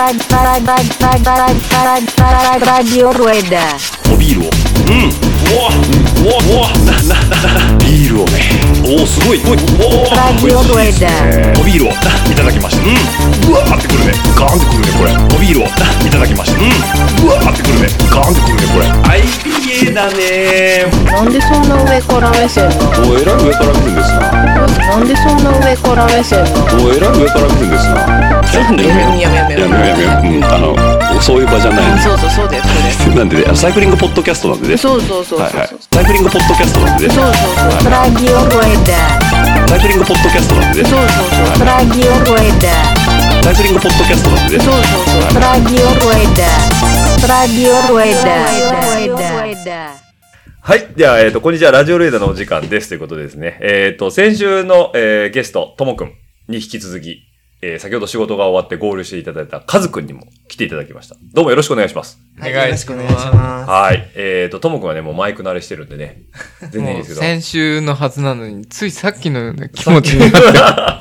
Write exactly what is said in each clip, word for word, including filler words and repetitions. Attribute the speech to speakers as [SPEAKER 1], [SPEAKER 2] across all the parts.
[SPEAKER 1] Radio Rueda。
[SPEAKER 2] おビールを。うん。うわ、うわ、うわ、な、な、な、ビールをね。おー、すごい。おい、おー。
[SPEAKER 1] Radio Rueda。
[SPEAKER 2] おビールをいただきました。うん。うわーってくるね。ガーンってくるね、これ。おビールをいただきました。うん。うわーってくるね。ガーンってくるね、これ。アイピーエー だねー。
[SPEAKER 1] なんでそんな上から目線なの？
[SPEAKER 2] おえらい上から来るんですな。
[SPEAKER 1] なんでそんな上から目線なの？
[SPEAKER 2] おえらい上から来るんですな。ちょっとね、やめようやめようやめようやめよう。うん、あの、そういう場じゃない。
[SPEAKER 1] そうそうそうですそうです。
[SPEAKER 2] なんでね、サイクリングポッドキャストなんでね。
[SPEAKER 1] そうそうそうそう。
[SPEAKER 2] はいはい。サイクリングポッドキャストなんでね。
[SPEAKER 1] そうそうそう。ラジオルエダ。
[SPEAKER 2] サイクリングポッドキャストなんでね。
[SPEAKER 1] そうそうそう。ラジオルエダ。
[SPEAKER 2] サイクリングポッドキャストなんでね。
[SPEAKER 1] そうそうそう。ラジオルエダ。ラジオルエダ。
[SPEAKER 3] はい。では、えっと、こんにちは。ラジオルエダのお時間です。ということでですね。えっと、先週の、えー、ゲスト、ともくんに引き続き、えー、先ほど仕事が終わって合流していただいたカズくんにも来ていただきました。どうもよろしくお願いします。
[SPEAKER 4] はい、よろしくお願いします。
[SPEAKER 3] はい。えっと、ともくんはね、もうマイク慣れしてるんでね。全然いいですけど。
[SPEAKER 4] 先週のはずなのに、ついさっきのような気持ちになって。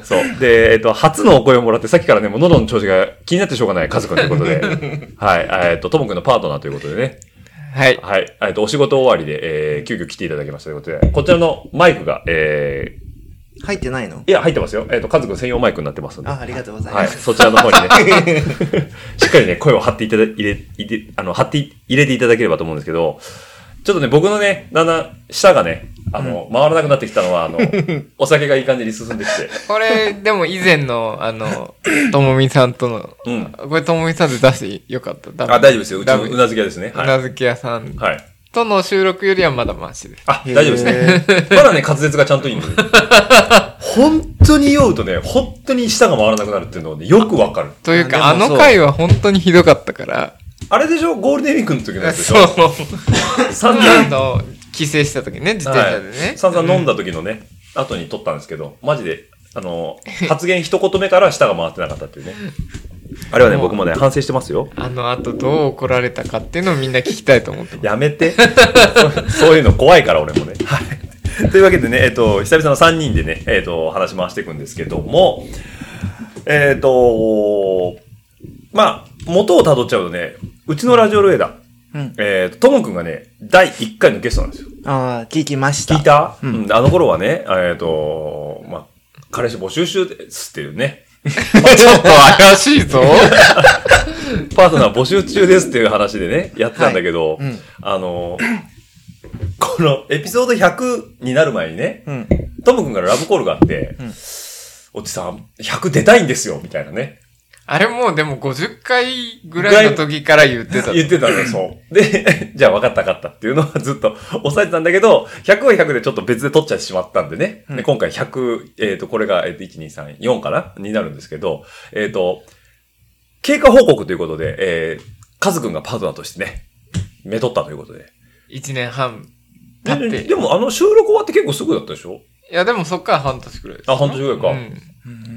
[SPEAKER 3] そう。で、えっと、初のお声をもらって、さっきからね、もう喉の調子が気になってしょうがないカズくんということで。はい。えっと、ともくんのパートナーということでね。
[SPEAKER 4] はい。
[SPEAKER 3] はい。えっと、お仕事終わりで、えー、急遽来ていただきましたということで、こちらのマイクが、え
[SPEAKER 5] ー、入ってないの？
[SPEAKER 3] いや、入ってますよ。えっと、カズくん専用マイクになってますんで。
[SPEAKER 5] あ、ありがとうございます。
[SPEAKER 3] はい。そちらの方にね、しっかりね、声を張っていただ、入れ、入れ、あの、張って入れていただければと思うんですけど、ちょっとね、僕のね、だんだん舌がね、あの、うん、回らなくなってきたのは、あの、お酒がいい感じに進んできて。
[SPEAKER 4] これ、でも以前の、あの、ともみさんとの、うん。これともみさんで出してよかった。
[SPEAKER 3] あ、大丈夫ですよ。うちのうなずき屋ですね。
[SPEAKER 4] はい、うなずき屋さん。
[SPEAKER 3] はい。
[SPEAKER 4] との収録よりはまだマシです。
[SPEAKER 3] あ、大丈夫ですね。まだね、滑舌がちゃんといいんで。本当に酔うとね、本当に舌が回らなくなるっていうのをね、よくわかる。
[SPEAKER 4] というか、あの回は本当にひどかったから。
[SPEAKER 3] あれでしょ？ゴールデンウィークの時のやつでしょ？
[SPEAKER 4] そう。散々の帰省した時ね、自転車でね。はい、
[SPEAKER 3] 散々飲んだ時のね、後に撮ったんですけど、マジで、あの、発言一言目から舌が回ってなかったっていうね。あれはね、僕もね、反省してますよ。
[SPEAKER 4] あの後どう怒られたかっていうのをみんな聞きたいと思ってます。
[SPEAKER 3] やめてそ。そういうの怖いから俺もね。はい。というわけでね、えっと、久々のさんにんでね、えっと、話回していくんですけども、えっと、まあ、元を辿っちゃうとね、うちのラジオルエダ、うん、えっと、ともくんがね、だいいっかいのゲストなんですよ。
[SPEAKER 5] ああ、聞きました。
[SPEAKER 3] 聞いた、うん、うん、あの頃はね、えっと、まあ、彼氏募集中ですっていうね。
[SPEAKER 4] ちょっと怪しいぞ。
[SPEAKER 3] パートナー募集中ですっていう話でね、やってたんだけど、はいうん、あの、このエピソードひゃくになる前にね、うん、トム君からラブコールがあって、うん、おじさん、ひゃく出たいんですよ、みたいなね。
[SPEAKER 4] あれもうでもごじゅっかいぐらいの時から言ってた。
[SPEAKER 3] 言ってたね、そう。で、じゃあ分かった分かったっていうのはずっと抑えてたんだけど、ひゃくはひゃくでちょっと別で取っちゃってしまったんでね。うん、で今回ひゃく、えっと、これが、えっと、いち、に、さん、よんかなになるんですけど、えっと、経過報告ということで、えー、カズくんがパートナーとしてね、めとったということで。
[SPEAKER 4] いちねんはん経って。
[SPEAKER 3] で, でもあの収録終わって結構すぐだったでしょ？
[SPEAKER 4] いや、でもそっから半年くらいです。
[SPEAKER 3] あ、半年くらいか。うん、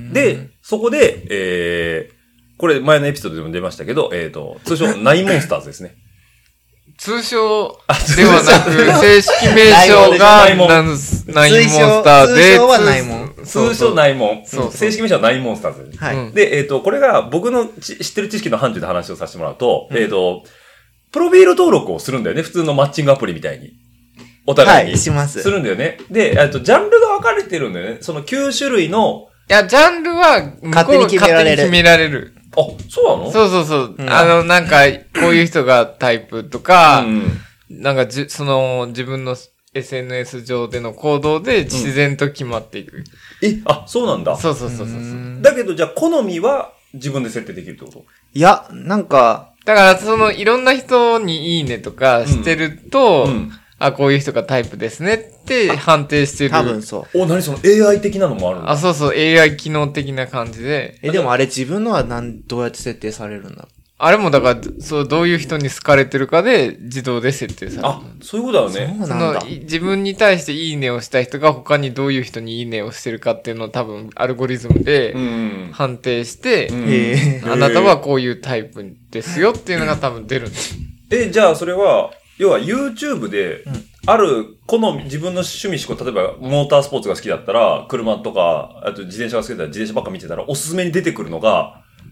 [SPEAKER 3] で、そこで、えー、これ前のエピソードでも出ましたけど、えっと、通称ナインモンスターズですね。
[SPEAKER 4] 通称ではなく、正式名称がナインモンスターで、
[SPEAKER 5] 通称はナイモン。
[SPEAKER 3] 通称ナイモン。そうそう正式名称はナインモンスターズ。はい。で、えっと、これが僕の知ってる知識の範疇で話をさせてもらうと、うん、えっと、プロフィール登録をするんだよね。普通のマッチングアプリみたいに。お互いに。はい、します。するんだよね。で、えっと、ジャンルが分かれてるんだよね。そのきゅう種類の。
[SPEAKER 4] いや、ジャンルは、
[SPEAKER 5] 勝手に決められる。
[SPEAKER 4] 勝手に決められる。
[SPEAKER 3] あ、そうなの？
[SPEAKER 4] そうそうそう。うん、あの、なんか、こういう人がタイプとか、うん、なんかじ、その、自分の エスエヌエス 上での行動で自然と決まっていく。うん、
[SPEAKER 3] え、あ、そうなんだ。
[SPEAKER 4] そうそうそうそう。
[SPEAKER 3] だけど、じゃあ、好みは自分で設定できるってこと？
[SPEAKER 5] いや、なんか、
[SPEAKER 4] だから、その、いろんな人にいいねとかしてると、うんうんあ、こういう人がタイプですねって判定してる。
[SPEAKER 5] 多分そう。
[SPEAKER 3] お、何その エーアイ 的なのもあるんだ。
[SPEAKER 4] あ、そうそう、エーアイ 機能的な感じで。
[SPEAKER 5] え、でもあれ自分のはなん、どうやって設定されるんだ？
[SPEAKER 4] あれもだから、そう、どういう人に好かれてるかで自動で設定される。
[SPEAKER 3] あ、そういうことだよね。
[SPEAKER 5] そうなんだ。
[SPEAKER 4] その、自分に対していいねをした人が他にどういう人にいいねをしてるかっていうのを多分アルゴリズムで判定して、うんうん、あなたはこういうタイプですよっていうのが多分出るんです。
[SPEAKER 3] え、じゃあそれは、要は YouTube で、うんある、この自分の趣味思考、例えばモータースポーツが好きだったら、車とか、あと自転車が好きだったら自転車ばっか見てたら、おすすめに出てくるのが、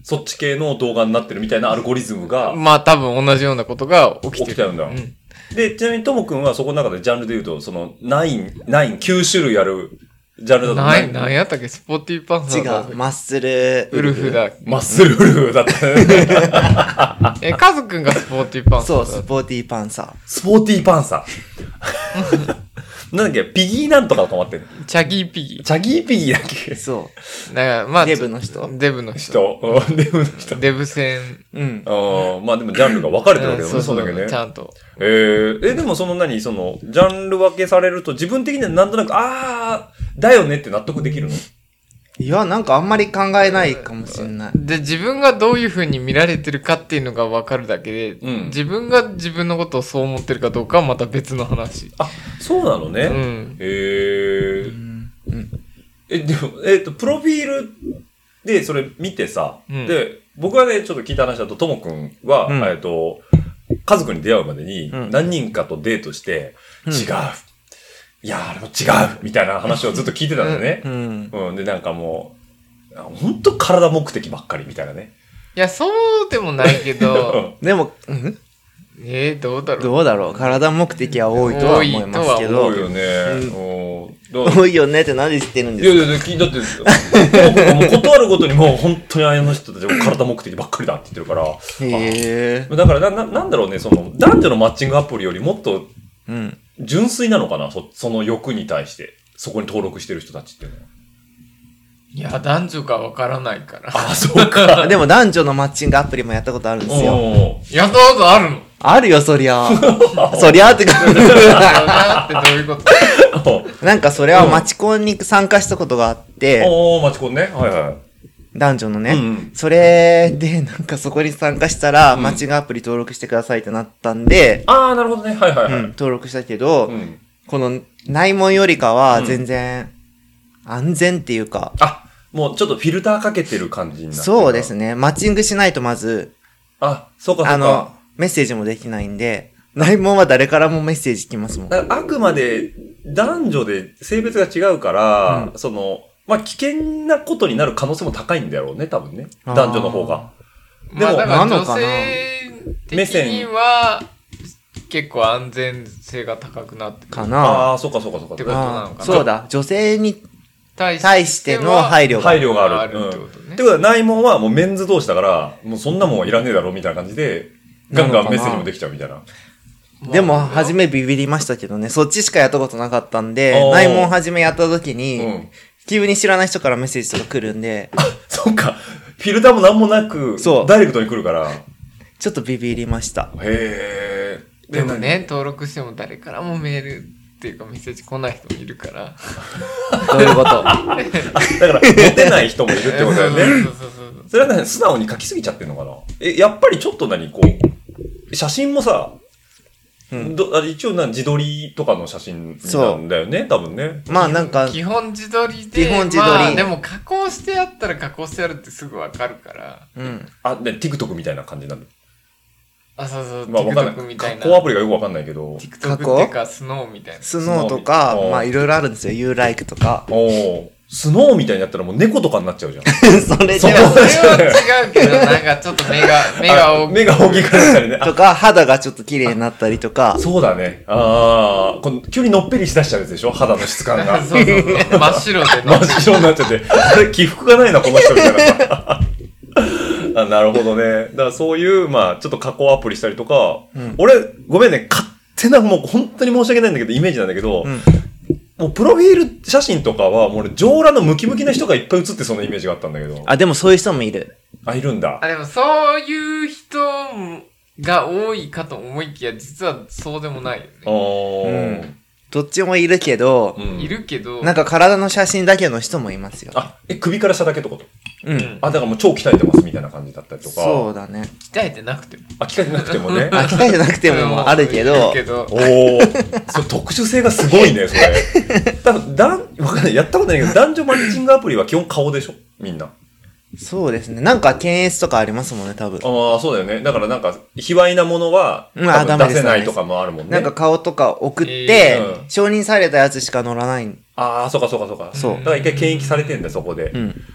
[SPEAKER 3] そっち系の動画になってるみたいなアルゴリズムが
[SPEAKER 4] まあ多分同じようなことが起きてる。
[SPEAKER 3] 起きてるんだ。
[SPEAKER 4] うん、
[SPEAKER 3] で、ちなみにともくんはそこの中でジャンルで言うと、その、ナイン、ナイン、きゅう種類あるジャンルだと
[SPEAKER 4] な、なんやったっけスポーティーパンサーだ
[SPEAKER 5] 違う、マッスル、
[SPEAKER 4] ウルフだ。
[SPEAKER 3] マッスルウルフだったね。
[SPEAKER 4] え、カズくんがスポーティーパンサー
[SPEAKER 5] そう、
[SPEAKER 4] だ
[SPEAKER 5] スポーティーパンサ
[SPEAKER 3] スポーティーパンサー。なんだっけピギーなんとかと思ってる。
[SPEAKER 4] チャギーピギー。
[SPEAKER 3] チャギーピギーだっけ
[SPEAKER 5] ー。そ
[SPEAKER 4] だから、まあ、
[SPEAKER 5] う。デブの人。
[SPEAKER 4] デブの人。
[SPEAKER 3] 人。うんデブの人。
[SPEAKER 4] デブ戦。
[SPEAKER 5] うん。
[SPEAKER 3] あーまあでもジャンルが分かれてるわけだよね。
[SPEAKER 4] うん
[SPEAKER 3] そうだけどね。
[SPEAKER 4] ちゃんと。
[SPEAKER 3] えー、え、でもその何その、ジャンル分けされると自分的にはなんとなく、あー、だよねって納得できるの？
[SPEAKER 5] いや、なんかあんまり考えないかもしれない。
[SPEAKER 4] で、自分がどういう風に見られてるかっていうのが分かるだけで、
[SPEAKER 3] うん
[SPEAKER 4] 自分が自分のことをそう思ってるかどうかはまた別の話。
[SPEAKER 3] あ、そうなのね。
[SPEAKER 4] うん。
[SPEAKER 3] へー。え、でも、えっ、と、プロフィールでそれ見てさ、
[SPEAKER 4] うん
[SPEAKER 3] で、僕はね、ちょっと聞いた話だと、ともくんは、
[SPEAKER 5] うん
[SPEAKER 3] えっ、と、家族に出会うまでに
[SPEAKER 5] うん
[SPEAKER 3] 何人かとデートして、
[SPEAKER 5] うん
[SPEAKER 3] 違う。いや、あれも違うみたいな話をずっと聞いてたんだよね。
[SPEAKER 5] うん。
[SPEAKER 3] うん。で、なんかもう、本当体目的ばっかりみたいなね。
[SPEAKER 4] いや、そうでもないけど、
[SPEAKER 5] でも、うん
[SPEAKER 4] えー、どうだろう。
[SPEAKER 5] どうだろう。体目的は多いとは思いますけど
[SPEAKER 3] 多い。よね。うん。だ
[SPEAKER 5] 多いよねって何で知ってるん
[SPEAKER 3] い
[SPEAKER 5] ですか？
[SPEAKER 3] やいや、聞いだって、もう断るごとにもう本当にあの人たちは体目的ばっかりだって言ってるから。
[SPEAKER 5] へえ。
[SPEAKER 3] だからな、な、なんだろうね、その、男女のマッチングアプリよりもっと
[SPEAKER 5] うん。
[SPEAKER 3] 純粋なのかな、そ、その欲に対して。そこに登録してる人たちっていうのは。
[SPEAKER 4] いや、男女か分からないから。
[SPEAKER 3] あ、そうか。
[SPEAKER 5] でも男女のマッチングアプリもやったことあるんですよ。
[SPEAKER 3] おー
[SPEAKER 4] やったことあるの
[SPEAKER 5] あるよ、そりゃ。そりゃってか。
[SPEAKER 4] だってどういうこと
[SPEAKER 5] なんかそれはマチコンに参加したことがあって、
[SPEAKER 3] おー、マチコンね。はいはい。
[SPEAKER 5] 男女のね。
[SPEAKER 3] うんうん
[SPEAKER 5] それで、なんかそこに参加したら、
[SPEAKER 3] うん
[SPEAKER 5] マッチングアプリ登録してくださいってなったんで、
[SPEAKER 3] あー、なるほどね。はいはいはい。
[SPEAKER 5] うん、登録したけど、
[SPEAKER 3] うん
[SPEAKER 5] この内門よりかは全然安全っていうか、
[SPEAKER 3] あ、もうちょっとフィルターかけてる感じになってる。
[SPEAKER 5] そうですね。マッチングしないとまず、
[SPEAKER 3] あ、そうかそうか。
[SPEAKER 5] あの、メッセージもできないんで、内門は誰からもメッセージ来ますもん。
[SPEAKER 3] だからあくまで男女で性別が違うから、その、まあ、危険なことになる可能性も高いんだろうね、多分ね。
[SPEAKER 5] あー
[SPEAKER 3] 男女の方が。でも
[SPEAKER 4] まあ、だから女
[SPEAKER 5] なのかな
[SPEAKER 4] 性的には、結構安全性が高くなってる
[SPEAKER 5] かな
[SPEAKER 3] ああ、そうかそうかそうか。
[SPEAKER 4] ってことなのかな。
[SPEAKER 5] そうだ。女性に
[SPEAKER 4] 対
[SPEAKER 5] 対しての配慮が。
[SPEAKER 3] 配慮がある。
[SPEAKER 4] あるって
[SPEAKER 3] うん
[SPEAKER 4] ことね
[SPEAKER 3] ってことは内門はもうメンズ同士だから、もうそんなもんはいらねえだろみたいな感じで、ガンガンメッセージもできちゃうみたいな。
[SPEAKER 5] でも、初めビビりましたけどね、そっちしかやったことなかったんで
[SPEAKER 3] お、ー
[SPEAKER 5] 内門初めやった時に、
[SPEAKER 3] うん。
[SPEAKER 5] 急に知らない人からメッセージとか来るんで、
[SPEAKER 3] そっか。フィルターもなんもなく、
[SPEAKER 5] そう
[SPEAKER 3] ダイレクトに来るから。へ
[SPEAKER 5] ちょっとビビりました。
[SPEAKER 3] え。
[SPEAKER 4] でもね、登録しても誰からもメールっていうかメッセージ来ない人もいるから。
[SPEAKER 5] どういうこと
[SPEAKER 3] だから、モテない人もいるってことだよね。
[SPEAKER 4] そうそうそうそう。
[SPEAKER 3] それはね、素直に書きすぎちゃってんのかな。え、やっぱりちょっと何、こう、写真もさ、
[SPEAKER 5] うん
[SPEAKER 3] どあれ一応な自撮りとかの写真なんだよね、多分ね。
[SPEAKER 5] まあなんか、
[SPEAKER 4] 基本自撮りで、
[SPEAKER 5] 基本自撮り
[SPEAKER 4] まあでも加工してやったら加工してやるってすぐわかるから。
[SPEAKER 5] うん。
[SPEAKER 3] あ、ね、TikTok みたいな感じになる。
[SPEAKER 4] あ、そうそう、
[SPEAKER 3] まあわかんない。
[SPEAKER 4] TikTok みたいな。
[SPEAKER 3] 加工アプリがよくわかんないけど。
[SPEAKER 4] TikTok っていうか、スノーみたいな。
[SPEAKER 5] スノーとか
[SPEAKER 3] スノー、
[SPEAKER 5] まあいろいろあるんですよ。You like とか。
[SPEAKER 3] おースノーみたいになったらもう猫とかになっちゃうじゃん。
[SPEAKER 5] それ
[SPEAKER 3] そ
[SPEAKER 5] で
[SPEAKER 4] でもそれは違うけど、なんかちょっと目が、目が大きい。
[SPEAKER 3] 目が大きくなったりね。あ
[SPEAKER 5] とか、肌がちょっと綺麗になったりとか、
[SPEAKER 3] そうだね。ああ、この急にのっぺりしだしちゃうやつでしょ肌の質感が。
[SPEAKER 4] そうそうそう。真っ白で
[SPEAKER 3] 真っ白になっちゃって。あれ、起伏がないな、この人みたいな。あなるほどね。だからそういう、まあ、ちょっと加工アプリしたりとか、
[SPEAKER 5] うん
[SPEAKER 3] 俺、ごめんね、勝手な、もう本当に申し訳ないんだけど、イメージなんだけど、
[SPEAKER 5] うん
[SPEAKER 3] もうプロフィール写真とかは、もう俺、上裸のムキムキな人がいっぱい写ってそうなイメージがあったんだけど。
[SPEAKER 5] あ、でもそういう人もいる。
[SPEAKER 3] あ、いるんだ。
[SPEAKER 4] あ、でもそういう人が多いかと思いきや、実はそうでもないよ
[SPEAKER 3] あ
[SPEAKER 4] ね。
[SPEAKER 3] ー。
[SPEAKER 5] うんどっちもいるけど、
[SPEAKER 3] うん
[SPEAKER 4] いるけど、
[SPEAKER 5] なんか体の写真だけの人もいますよ。
[SPEAKER 3] あ、え、首から下だけってこと
[SPEAKER 5] うん。
[SPEAKER 3] あ、だからもう超鍛えてますみたいな感じだったりとか。
[SPEAKER 5] そうだね。
[SPEAKER 4] 鍛えてなくても。
[SPEAKER 3] あ、鍛えてなくてもね。
[SPEAKER 5] あ、鍛えてなくてもあるけど
[SPEAKER 4] いる、けど
[SPEAKER 3] おー、それ特殊性がすごいね、それ。多分、だん、わかんない。やったことないけど、男女マッチングアプリは基本顔でしょみんな。
[SPEAKER 5] そうですね。なんか検閲とかありますもんね、多分。
[SPEAKER 3] ああ、そうだよね。だからなんか、卑猥なものは、
[SPEAKER 5] うんあ
[SPEAKER 3] 多分
[SPEAKER 5] ダメです
[SPEAKER 3] 出せないとかもあるもんね。
[SPEAKER 5] なんか顔とか送って、
[SPEAKER 3] えーうん
[SPEAKER 5] 承認されたやつしか載らない。
[SPEAKER 3] ああ、そうかそうかそうか。
[SPEAKER 5] そう
[SPEAKER 3] だから一回検疫されてんだよ、そこで。
[SPEAKER 5] うん。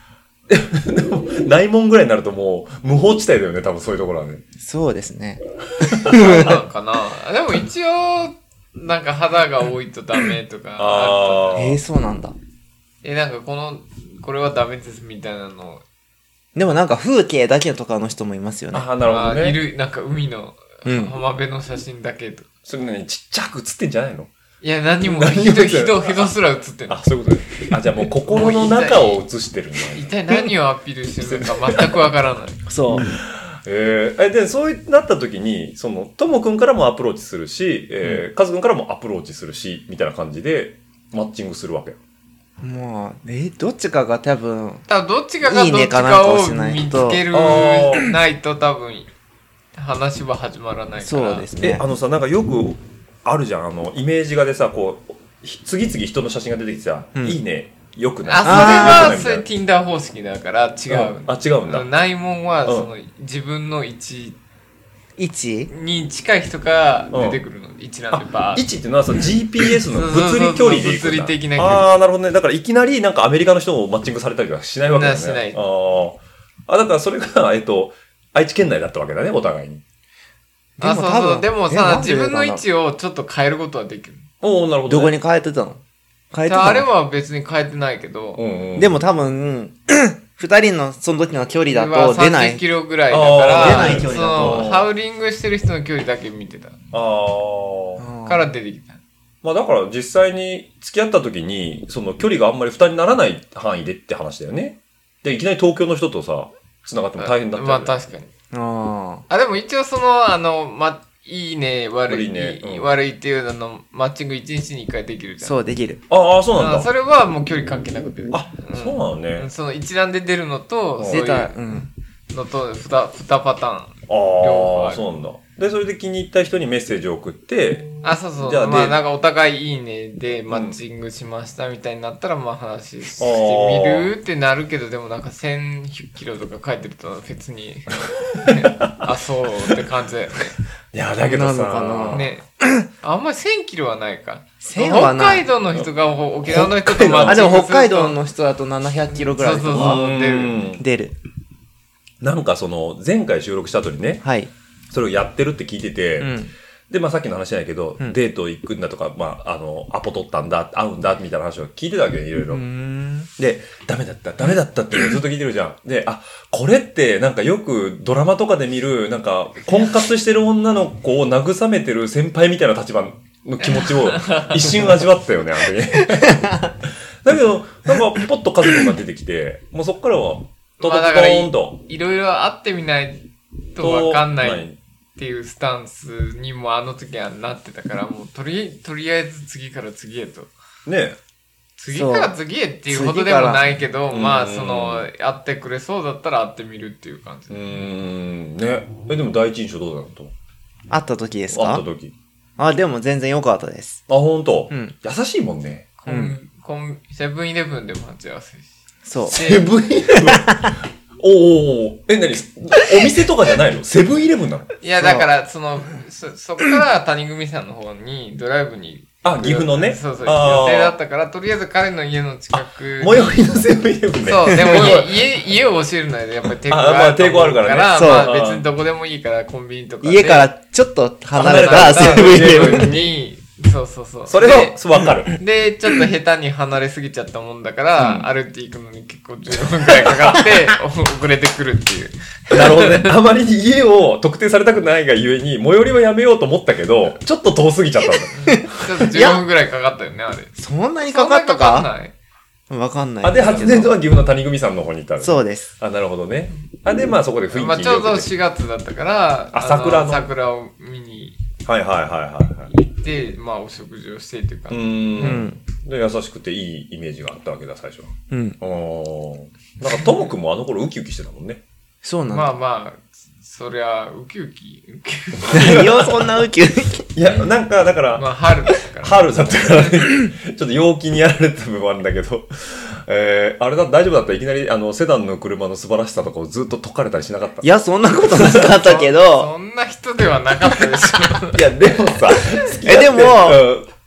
[SPEAKER 3] でも、ないもんぐらいになるともう、無法地帯だよね、多分そういうところはね。
[SPEAKER 5] そうですね。
[SPEAKER 4] そうなんかな。でも一応、なんか肌が多いとダメとかあると。
[SPEAKER 5] えー、そうなんだ。
[SPEAKER 4] え、なんかこの、これはダメですみたいなの。
[SPEAKER 5] でもなんか風景だけとかの人もいますよね。
[SPEAKER 3] ああ、なるほどね。
[SPEAKER 4] いる、なんか海の
[SPEAKER 5] うん
[SPEAKER 4] 浜辺の写真だけと。
[SPEAKER 3] それね、ちっちゃく写ってんじゃないの？
[SPEAKER 4] いや、何も、
[SPEAKER 3] 何も
[SPEAKER 4] 人、人、人すら写ってんの。
[SPEAKER 3] あ、そういうことね。あ、じゃあもう心の中を写してるんだ。
[SPEAKER 4] 一体何をアピールしてるのか全くわからない。
[SPEAKER 5] そう。
[SPEAKER 3] えー、えで、そうなった時に、その、ともくんからもアプローチするし、えー、かずくんからもアプローチするし、みたいな感じで、マッチングするわけ。
[SPEAKER 5] もう、え、どっちかが多分、
[SPEAKER 4] 多分どっちかが
[SPEAKER 5] いいね
[SPEAKER 4] どっちか
[SPEAKER 5] かなんかを
[SPEAKER 4] を
[SPEAKER 5] しないと
[SPEAKER 4] 見つける
[SPEAKER 3] あー
[SPEAKER 4] ないと多分話は始まらないから。
[SPEAKER 5] そうです
[SPEAKER 3] え、
[SPEAKER 5] ね
[SPEAKER 3] あ。のさ、なんかよくあるじゃん。あの、イメージ画でさ、こう、ひ次々人の写真が出てきてさ、
[SPEAKER 5] うん
[SPEAKER 3] いいね、よくない。
[SPEAKER 4] あ、それ
[SPEAKER 5] あ
[SPEAKER 4] は、それ Tinder 方式だから違う。
[SPEAKER 3] うんあ違うんだ
[SPEAKER 4] 内門は、
[SPEAKER 3] うん
[SPEAKER 4] その、自分の位置
[SPEAKER 5] 位置
[SPEAKER 4] に近い人が出てくるの。位置なんでバー
[SPEAKER 3] 位置っていうのはさ、ジーピーエス の
[SPEAKER 4] そうそうそう
[SPEAKER 3] 物理距離でいくんだ。
[SPEAKER 4] 物理的な距離
[SPEAKER 3] ああ、なるほどね。だからいきなりなんかアメリカの人をマッチングされたりとかしないわけだね。
[SPEAKER 4] しない
[SPEAKER 3] あーあ、だからそれが、えっと、愛知県内だったわけだね、お互いに。
[SPEAKER 4] あ、そうそう。
[SPEAKER 5] でも多分
[SPEAKER 4] でもさ、
[SPEAKER 5] えなんで
[SPEAKER 4] 自分の位
[SPEAKER 5] か
[SPEAKER 4] 置をちょっと変えることはできる。
[SPEAKER 3] おおなるほど、ね。
[SPEAKER 5] どこに変えてたの変えてたの
[SPEAKER 4] あれは別に変えてないけど、
[SPEAKER 3] うんうん、
[SPEAKER 5] でも多分、二人のその時の距離だ
[SPEAKER 4] それは
[SPEAKER 5] と出な
[SPEAKER 4] さんじゅっ
[SPEAKER 5] い。
[SPEAKER 4] キロぐらいだから、
[SPEAKER 3] あー
[SPEAKER 5] 出ない距離だと
[SPEAKER 4] その、ハウリングしてる人の距離だけ見てた。
[SPEAKER 3] ああ。
[SPEAKER 4] から出てきた。
[SPEAKER 3] まあだから実際に付き合った時に、その距離があんまり負担にならない範囲でって話だよね。で、いきなり東京の人とさ、繋がっても大変だったよね。
[SPEAKER 4] まあ確かに。
[SPEAKER 5] あ
[SPEAKER 4] あ、でも一応その、あの、ま、いいね、悪い、
[SPEAKER 3] 悪いねうん
[SPEAKER 4] 悪いっていうののマッチングいちにちにいっかいできるじ
[SPEAKER 5] あ、
[SPEAKER 4] ゃん。
[SPEAKER 5] そうできる。
[SPEAKER 3] ああ、そうなんだ。
[SPEAKER 4] あそれはもう距離関係なくて。
[SPEAKER 3] あ、そうなのね。
[SPEAKER 4] その一覧で出るのと、
[SPEAKER 3] うん
[SPEAKER 4] そうい
[SPEAKER 5] 出た、
[SPEAKER 4] う
[SPEAKER 5] うん。
[SPEAKER 4] のと、ふた、二パターン。
[SPEAKER 3] ああ、
[SPEAKER 4] 両方ある
[SPEAKER 3] そうなんだ。で、それで気に入った人にメッセージを送って、
[SPEAKER 4] あ、そうそう。
[SPEAKER 3] じゃあで
[SPEAKER 4] まあなんかお互いいいねでマッチングしましたみたいになったら、まあ話してみるってなるけど、でもなんかせんキロとか書いてると別に、あ、そうって感じだよね。
[SPEAKER 3] いや、だけど
[SPEAKER 5] なのか
[SPEAKER 3] さ、
[SPEAKER 5] な
[SPEAKER 4] ね。あんまりせんキロはないか。
[SPEAKER 5] せんはない
[SPEAKER 4] 北海道の人が沖縄の人とマッ
[SPEAKER 5] あ、で
[SPEAKER 4] チングすると
[SPEAKER 5] も北海道の人だとななひゃくキロぐらいと
[SPEAKER 4] そうそう
[SPEAKER 5] か
[SPEAKER 4] そう出る
[SPEAKER 3] うん
[SPEAKER 5] 出る。
[SPEAKER 3] なんかその、前回収録した後にね、
[SPEAKER 5] はい。
[SPEAKER 3] それをやってるって聞いてて、
[SPEAKER 5] うん。
[SPEAKER 3] で、まあさっきの話じゃないけど、
[SPEAKER 5] うん
[SPEAKER 3] デート行くんだとか、まあ、あの、アポ取ったんだ、会うんだ、みたいな話を聞いてたわけよ、いろいろ。
[SPEAKER 5] うーん。
[SPEAKER 3] で、ダメだった、ダメだったってずっと聞いてるじゃん。で、あ、これってなんかよくドラマとかで見る、なんか婚活してる女の子を慰めてる先輩みたいな立場の気持ちを一瞬味わったよね、あの時。だけど、なんかポッと家族が出てきて、もうそっからは、トトト
[SPEAKER 4] まあだから
[SPEAKER 3] ーンと。
[SPEAKER 4] いろいろ会ってみないとわかんな
[SPEAKER 3] と
[SPEAKER 4] いっていうスタンスにもあの時はなってたから、もうとり、とりあえず次から次へと。
[SPEAKER 3] ね
[SPEAKER 4] 次から次へっていうほどでもないけど、
[SPEAKER 3] 次から
[SPEAKER 4] まあ
[SPEAKER 3] うん
[SPEAKER 4] その、会ってくれそうだったら会ってみるっていう感じ
[SPEAKER 3] う。ーん、ね。え、でも第一印象どうだったの？
[SPEAKER 5] 会った時ですか
[SPEAKER 3] 会った時。
[SPEAKER 5] あ、でも全然良かったです。
[SPEAKER 3] あ、ほんと？
[SPEAKER 5] うん
[SPEAKER 3] 優しいもんね。
[SPEAKER 4] コン、コン、セブンイレブンで待ち合わせし。
[SPEAKER 5] そう。
[SPEAKER 3] セブンイレブンおーおーえ、なにお店とかじゃないの？セブンイレブンなの？
[SPEAKER 4] いや、だから、その、そ、そこから谷組さんの方にドライブに。
[SPEAKER 3] あ岐阜のね
[SPEAKER 4] そうそう、
[SPEAKER 3] あー
[SPEAKER 4] 予定だったから、とりあえず彼の家の近くに。
[SPEAKER 3] 最寄りのセブンイレブンね。
[SPEAKER 4] そう、でも家、家、家を教えるのはやっぱり抵抗
[SPEAKER 3] あまあ
[SPEAKER 4] があると思う
[SPEAKER 3] 抵抗あるからね
[SPEAKER 5] そう
[SPEAKER 4] まあ別にどこでもいいから、コンビニとかで。
[SPEAKER 5] 家からちょっと離れた
[SPEAKER 3] 離れた
[SPEAKER 5] セブンイレブン。
[SPEAKER 4] に、そうそうそう。
[SPEAKER 3] それは、わかる。
[SPEAKER 4] で、でちょっと下手に離れすぎちゃったもんだから、
[SPEAKER 3] うん
[SPEAKER 4] 歩いていくのに結構じゅうごふんくらいかかって、遅れてくるっていう。
[SPEAKER 3] なるほどね。あまりに家を特定されたくないがゆえに、最寄りはやめようと思ったけど、ちょっと遠すぎちゃったんだ。
[SPEAKER 4] ちょっとじゅうごふんくらいかかったよね、あれ。
[SPEAKER 5] そんなにかかった
[SPEAKER 4] そんなかかん
[SPEAKER 5] か
[SPEAKER 4] ない
[SPEAKER 5] わかんない
[SPEAKER 3] あ、で、
[SPEAKER 5] ですけど。
[SPEAKER 3] 発電所は岐阜の谷組さんの方に行ったの。
[SPEAKER 5] そうです。
[SPEAKER 3] あ、なるほどね。あ、で、まあそこで雰囲気
[SPEAKER 4] まあちょうど
[SPEAKER 3] 良くて
[SPEAKER 4] しがつだったから、
[SPEAKER 3] あ桜の
[SPEAKER 4] 桜を見に
[SPEAKER 3] はいはいはいはいはい。
[SPEAKER 4] 行って、まあお食事をしてっていうか。
[SPEAKER 3] うー。
[SPEAKER 5] うんん。
[SPEAKER 3] で、優しくていいイメージがあったわけだ、最初は。
[SPEAKER 5] うん。
[SPEAKER 3] おー。なんか、ともくんもあの頃ウキウキしてたもんね。
[SPEAKER 5] そうなんだ。
[SPEAKER 4] まあまあ、そりゃ、ウキウキ、ウキウキ。
[SPEAKER 5] 何よ、そんなウキウキ。
[SPEAKER 3] いや、なんか、だから、
[SPEAKER 4] まあ春だったから。
[SPEAKER 3] 春だったからね、ちょっと陽気にやられた部分はあるんだけど、えー、あれだ、大丈夫だったいきなり、あの、セダンの車の素晴らしさとかをずっと解かれたりしなかった
[SPEAKER 5] いや、そんなことなかったけど、
[SPEAKER 4] そんな人ではなかったでしょ。
[SPEAKER 3] いや、でもさ、
[SPEAKER 5] えでも
[SPEAKER 3] うん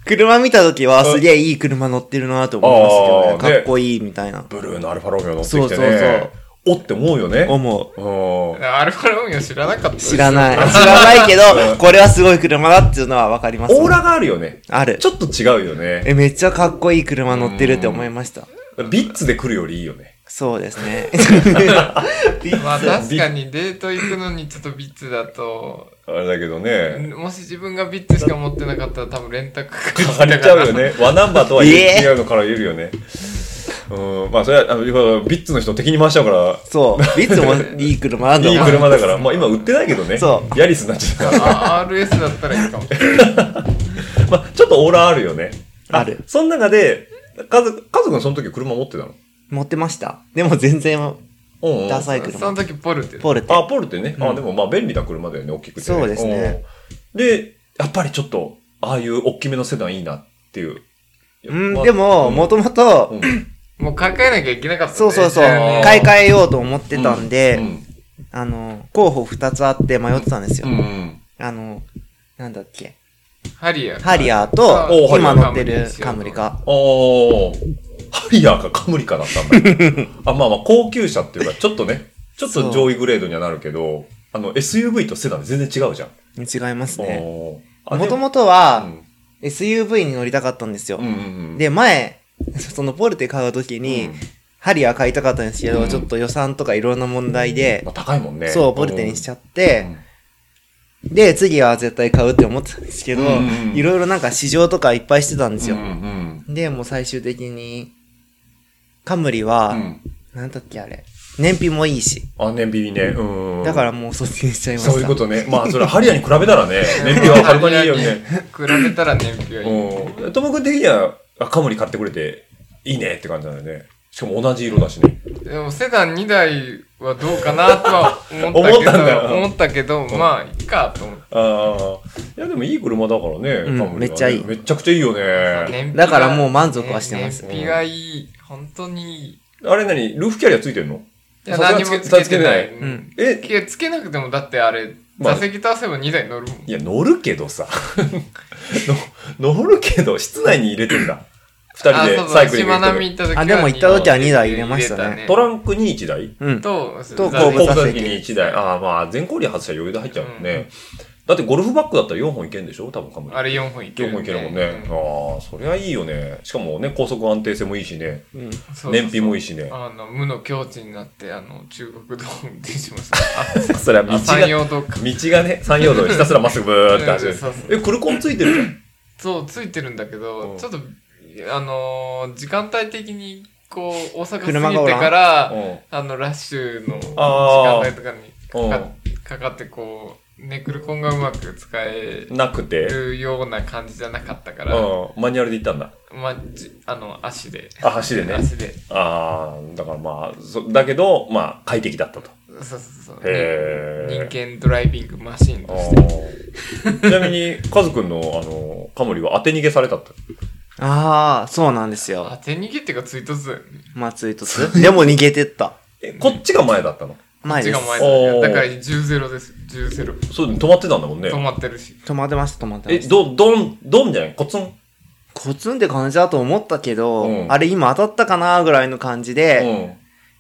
[SPEAKER 5] 車見たときはすげえいい車乗ってるなと思いますけどね。
[SPEAKER 3] あー
[SPEAKER 5] かっこいいみたいな。
[SPEAKER 3] ブルーのアルファロメオ乗ってきてね。
[SPEAKER 5] そうそうそう
[SPEAKER 3] おって思うよね。
[SPEAKER 5] 思う。
[SPEAKER 3] うん。
[SPEAKER 4] アルファロメオ知らなかったです
[SPEAKER 5] 知らない。知らないけど、これはすごい車だっていうのはわかります。
[SPEAKER 3] オーラがあるよね。
[SPEAKER 5] ある。
[SPEAKER 3] ちょっと違うよね。
[SPEAKER 5] え、めっちゃかっこいい車乗ってるって思いました。
[SPEAKER 3] ビッツで来るよりいいよね。
[SPEAKER 5] そうですね。
[SPEAKER 4] まあ確かにデート行くのにちょっとビッツだと、
[SPEAKER 3] あれだけどね。
[SPEAKER 4] もし自分がビッツしか持ってなかったら多分レンタカー
[SPEAKER 3] かかれちゃうよね。ワナンバーとは違うのから言えるよね。うん、まあそれは、あの、ビッツの人敵に回しちゃうから。
[SPEAKER 5] そう。ビッツもいい車なんだ
[SPEAKER 3] いい車だから。まあ今売ってないけどね。
[SPEAKER 5] そ
[SPEAKER 3] ヤリスになっちゃったから。
[SPEAKER 4] アールエス だったらいいかも。
[SPEAKER 3] まあちょっとオーラあるよね。
[SPEAKER 5] ある。
[SPEAKER 3] その中で、カズ、カズ君その時車持ってたの？
[SPEAKER 5] 持ってました。でも全然、
[SPEAKER 3] うんうん。
[SPEAKER 5] ダサい車。
[SPEAKER 4] その時ポルテ。
[SPEAKER 5] ポルテ。
[SPEAKER 3] あ、ポルテね。
[SPEAKER 5] うん
[SPEAKER 3] あ、でもまあ便利な車だよね、大きくて、ね。
[SPEAKER 5] そうですね。
[SPEAKER 3] で、やっぱりちょっと、ああいう大きめのセダンいいなっていう。
[SPEAKER 5] うん、
[SPEAKER 3] まあ
[SPEAKER 5] でも、もともと、
[SPEAKER 3] うん
[SPEAKER 4] もう買い替えなきゃいけなかったね。
[SPEAKER 5] そうそうそう、
[SPEAKER 3] ね
[SPEAKER 5] 買い替えようと思ってたんで、
[SPEAKER 3] うん
[SPEAKER 5] あの、候補二つあって迷ってたんですよ。
[SPEAKER 3] うんうん
[SPEAKER 5] あの、なんだっけ。
[SPEAKER 4] ハリアー。
[SPEAKER 5] ハリアー
[SPEAKER 3] お
[SPEAKER 5] と、
[SPEAKER 3] ー
[SPEAKER 5] 今
[SPEAKER 3] ハリアー
[SPEAKER 5] 乗ってるカムリカ。
[SPEAKER 3] おー、ハリアーかカムリかだったんだ。あ、まあまあ、高級車っていうか、ちょっとね、ちょっと上位グレードにはなるけど、あの、エスユーブイ とセダン全然違うじゃん。
[SPEAKER 5] 違いますね。
[SPEAKER 3] おー
[SPEAKER 5] もともと
[SPEAKER 3] う
[SPEAKER 5] は、
[SPEAKER 3] ん
[SPEAKER 5] エスユーブイ に乗りたかったんですよ。
[SPEAKER 3] うんうんうん。
[SPEAKER 5] で、前、そのポルテ買うときに、
[SPEAKER 3] うん
[SPEAKER 5] ハリアー買いたかったんですけど、
[SPEAKER 3] うん
[SPEAKER 5] ちょっと予算とかいろんな問題で、
[SPEAKER 3] まあ、高いもんね。
[SPEAKER 5] そう、ポルテにしちゃって、
[SPEAKER 3] うん
[SPEAKER 5] で、次は絶対買うって思ってたんですけど、
[SPEAKER 3] うんうん
[SPEAKER 5] いろいろなんか試乗とかいっぱいしてたんですよ。
[SPEAKER 3] うんうん
[SPEAKER 5] で、もう最終的に、カムリは、
[SPEAKER 3] うん。
[SPEAKER 5] なんだっけあれ、燃費もいいし、
[SPEAKER 3] あ、燃費ね。うん。
[SPEAKER 5] だからもうそっちにしちゃいました。
[SPEAKER 3] そういうことね。まあ、それはハリアーに比べたらね、燃費ははるかにいいよね。
[SPEAKER 4] 比べたら燃費はいい。
[SPEAKER 3] うん。ともくん的には、あカムリ買ってくれて、いいねって感じだよね。しかも同じ色だしね。
[SPEAKER 4] でもセダンにだいはどうかなとは思ったけ
[SPEAKER 3] 思ったんだ
[SPEAKER 4] ど、思ったけど、まあ、いいかと思って。
[SPEAKER 3] ああ。いや、でもいい車だからね、
[SPEAKER 5] うん
[SPEAKER 3] カムリはね
[SPEAKER 5] めっちゃいい
[SPEAKER 3] めっちゃくちゃいいよね。
[SPEAKER 4] 燃費が
[SPEAKER 5] だからもう満足はしてます
[SPEAKER 4] ね燃費がいい。本当にいい。
[SPEAKER 3] あれ何ルーフキャリアついてんの
[SPEAKER 4] いや、
[SPEAKER 3] さすがに
[SPEAKER 4] 何もつけてない。
[SPEAKER 3] つけ
[SPEAKER 4] うん
[SPEAKER 3] え、
[SPEAKER 4] いやつけなくても、だってあれ、
[SPEAKER 3] まあ
[SPEAKER 4] 座席と合わせばにだい乗るもん。
[SPEAKER 3] いや、乗るけどさ。の乗るけど、室内に入れてんだ。二人でサイクリング
[SPEAKER 4] しまな
[SPEAKER 3] 行ってる。
[SPEAKER 4] み行った時は
[SPEAKER 5] あでも行った時はにだい入れましたね
[SPEAKER 4] 入れ
[SPEAKER 3] トランクにいちだい
[SPEAKER 5] うん。
[SPEAKER 4] と、
[SPEAKER 5] と
[SPEAKER 4] 座
[SPEAKER 5] 後部座席
[SPEAKER 3] 後部座席にいちだい。ああ、まあ、全後輪外したら余裕で入っちゃうもんね。だってゴルフバッグだったらよんほんいけんでしょ多分カムリ。
[SPEAKER 4] あれよんほんいける、
[SPEAKER 3] よんほんいけるもんね。ああ、そりゃいいよね。しかもね、高速安定性もいいしね。
[SPEAKER 5] うん。
[SPEAKER 4] そうそうそう
[SPEAKER 3] 燃費もいいしね。
[SPEAKER 4] あの、無の境地になって、あの、中国道を運転しました。
[SPEAKER 3] それは道
[SPEAKER 4] あ、山
[SPEAKER 3] が、
[SPEAKER 4] 陽道か。
[SPEAKER 3] 道がね、山陽道ひたすらまっすぐブーって走る
[SPEAKER 4] うんそうそ。
[SPEAKER 3] え、クルコンついてるじゃん。
[SPEAKER 4] そう、ついてるんだけ
[SPEAKER 3] うん
[SPEAKER 4] ど、ちょっと、あのー、時間帯的に、こう、大阪過ぎ
[SPEAKER 5] 車がおらん
[SPEAKER 4] てから、
[SPEAKER 3] うん
[SPEAKER 4] あの、ラッシュの時
[SPEAKER 3] あー
[SPEAKER 4] 間帯とかにかかかかって、こう、ネクルコンがうまく使え
[SPEAKER 3] なくて。
[SPEAKER 4] るような感じじゃなかったから、
[SPEAKER 3] うん。マニュアルで行ったんだ。
[SPEAKER 4] まあ、じあの、足で。
[SPEAKER 3] あ、走でね。
[SPEAKER 4] 足で。
[SPEAKER 3] ああ、だからまあ、そだけど、まあ、快適だったと。
[SPEAKER 4] そうそうそう。
[SPEAKER 3] へー
[SPEAKER 4] 人間ドライビングマシン
[SPEAKER 3] あ
[SPEAKER 4] として。
[SPEAKER 3] ーちなみに、カズくんの、あの、カモリは当て逃げされたって。
[SPEAKER 5] ああ、そうなんです
[SPEAKER 4] あ、
[SPEAKER 5] よ。
[SPEAKER 4] 手逃げっていうか追突だよね。
[SPEAKER 5] まあ、追突。でも逃げてった。
[SPEAKER 3] え、こっちが前だったの
[SPEAKER 5] 前です
[SPEAKER 4] こっちが。前だよ。
[SPEAKER 3] おー
[SPEAKER 4] だからじゅうゼロです。じゅうゼロ。
[SPEAKER 3] そう、止まってたんだもんね
[SPEAKER 4] 止。まってるし。
[SPEAKER 5] 止まってました、止まって
[SPEAKER 3] え、
[SPEAKER 5] ました。
[SPEAKER 3] ど、どん、どんじゃないコツン
[SPEAKER 5] コツンって感じだと思ったけど、
[SPEAKER 3] うん
[SPEAKER 5] あれ今当たったかなぐらいの感じ
[SPEAKER 3] う
[SPEAKER 5] で、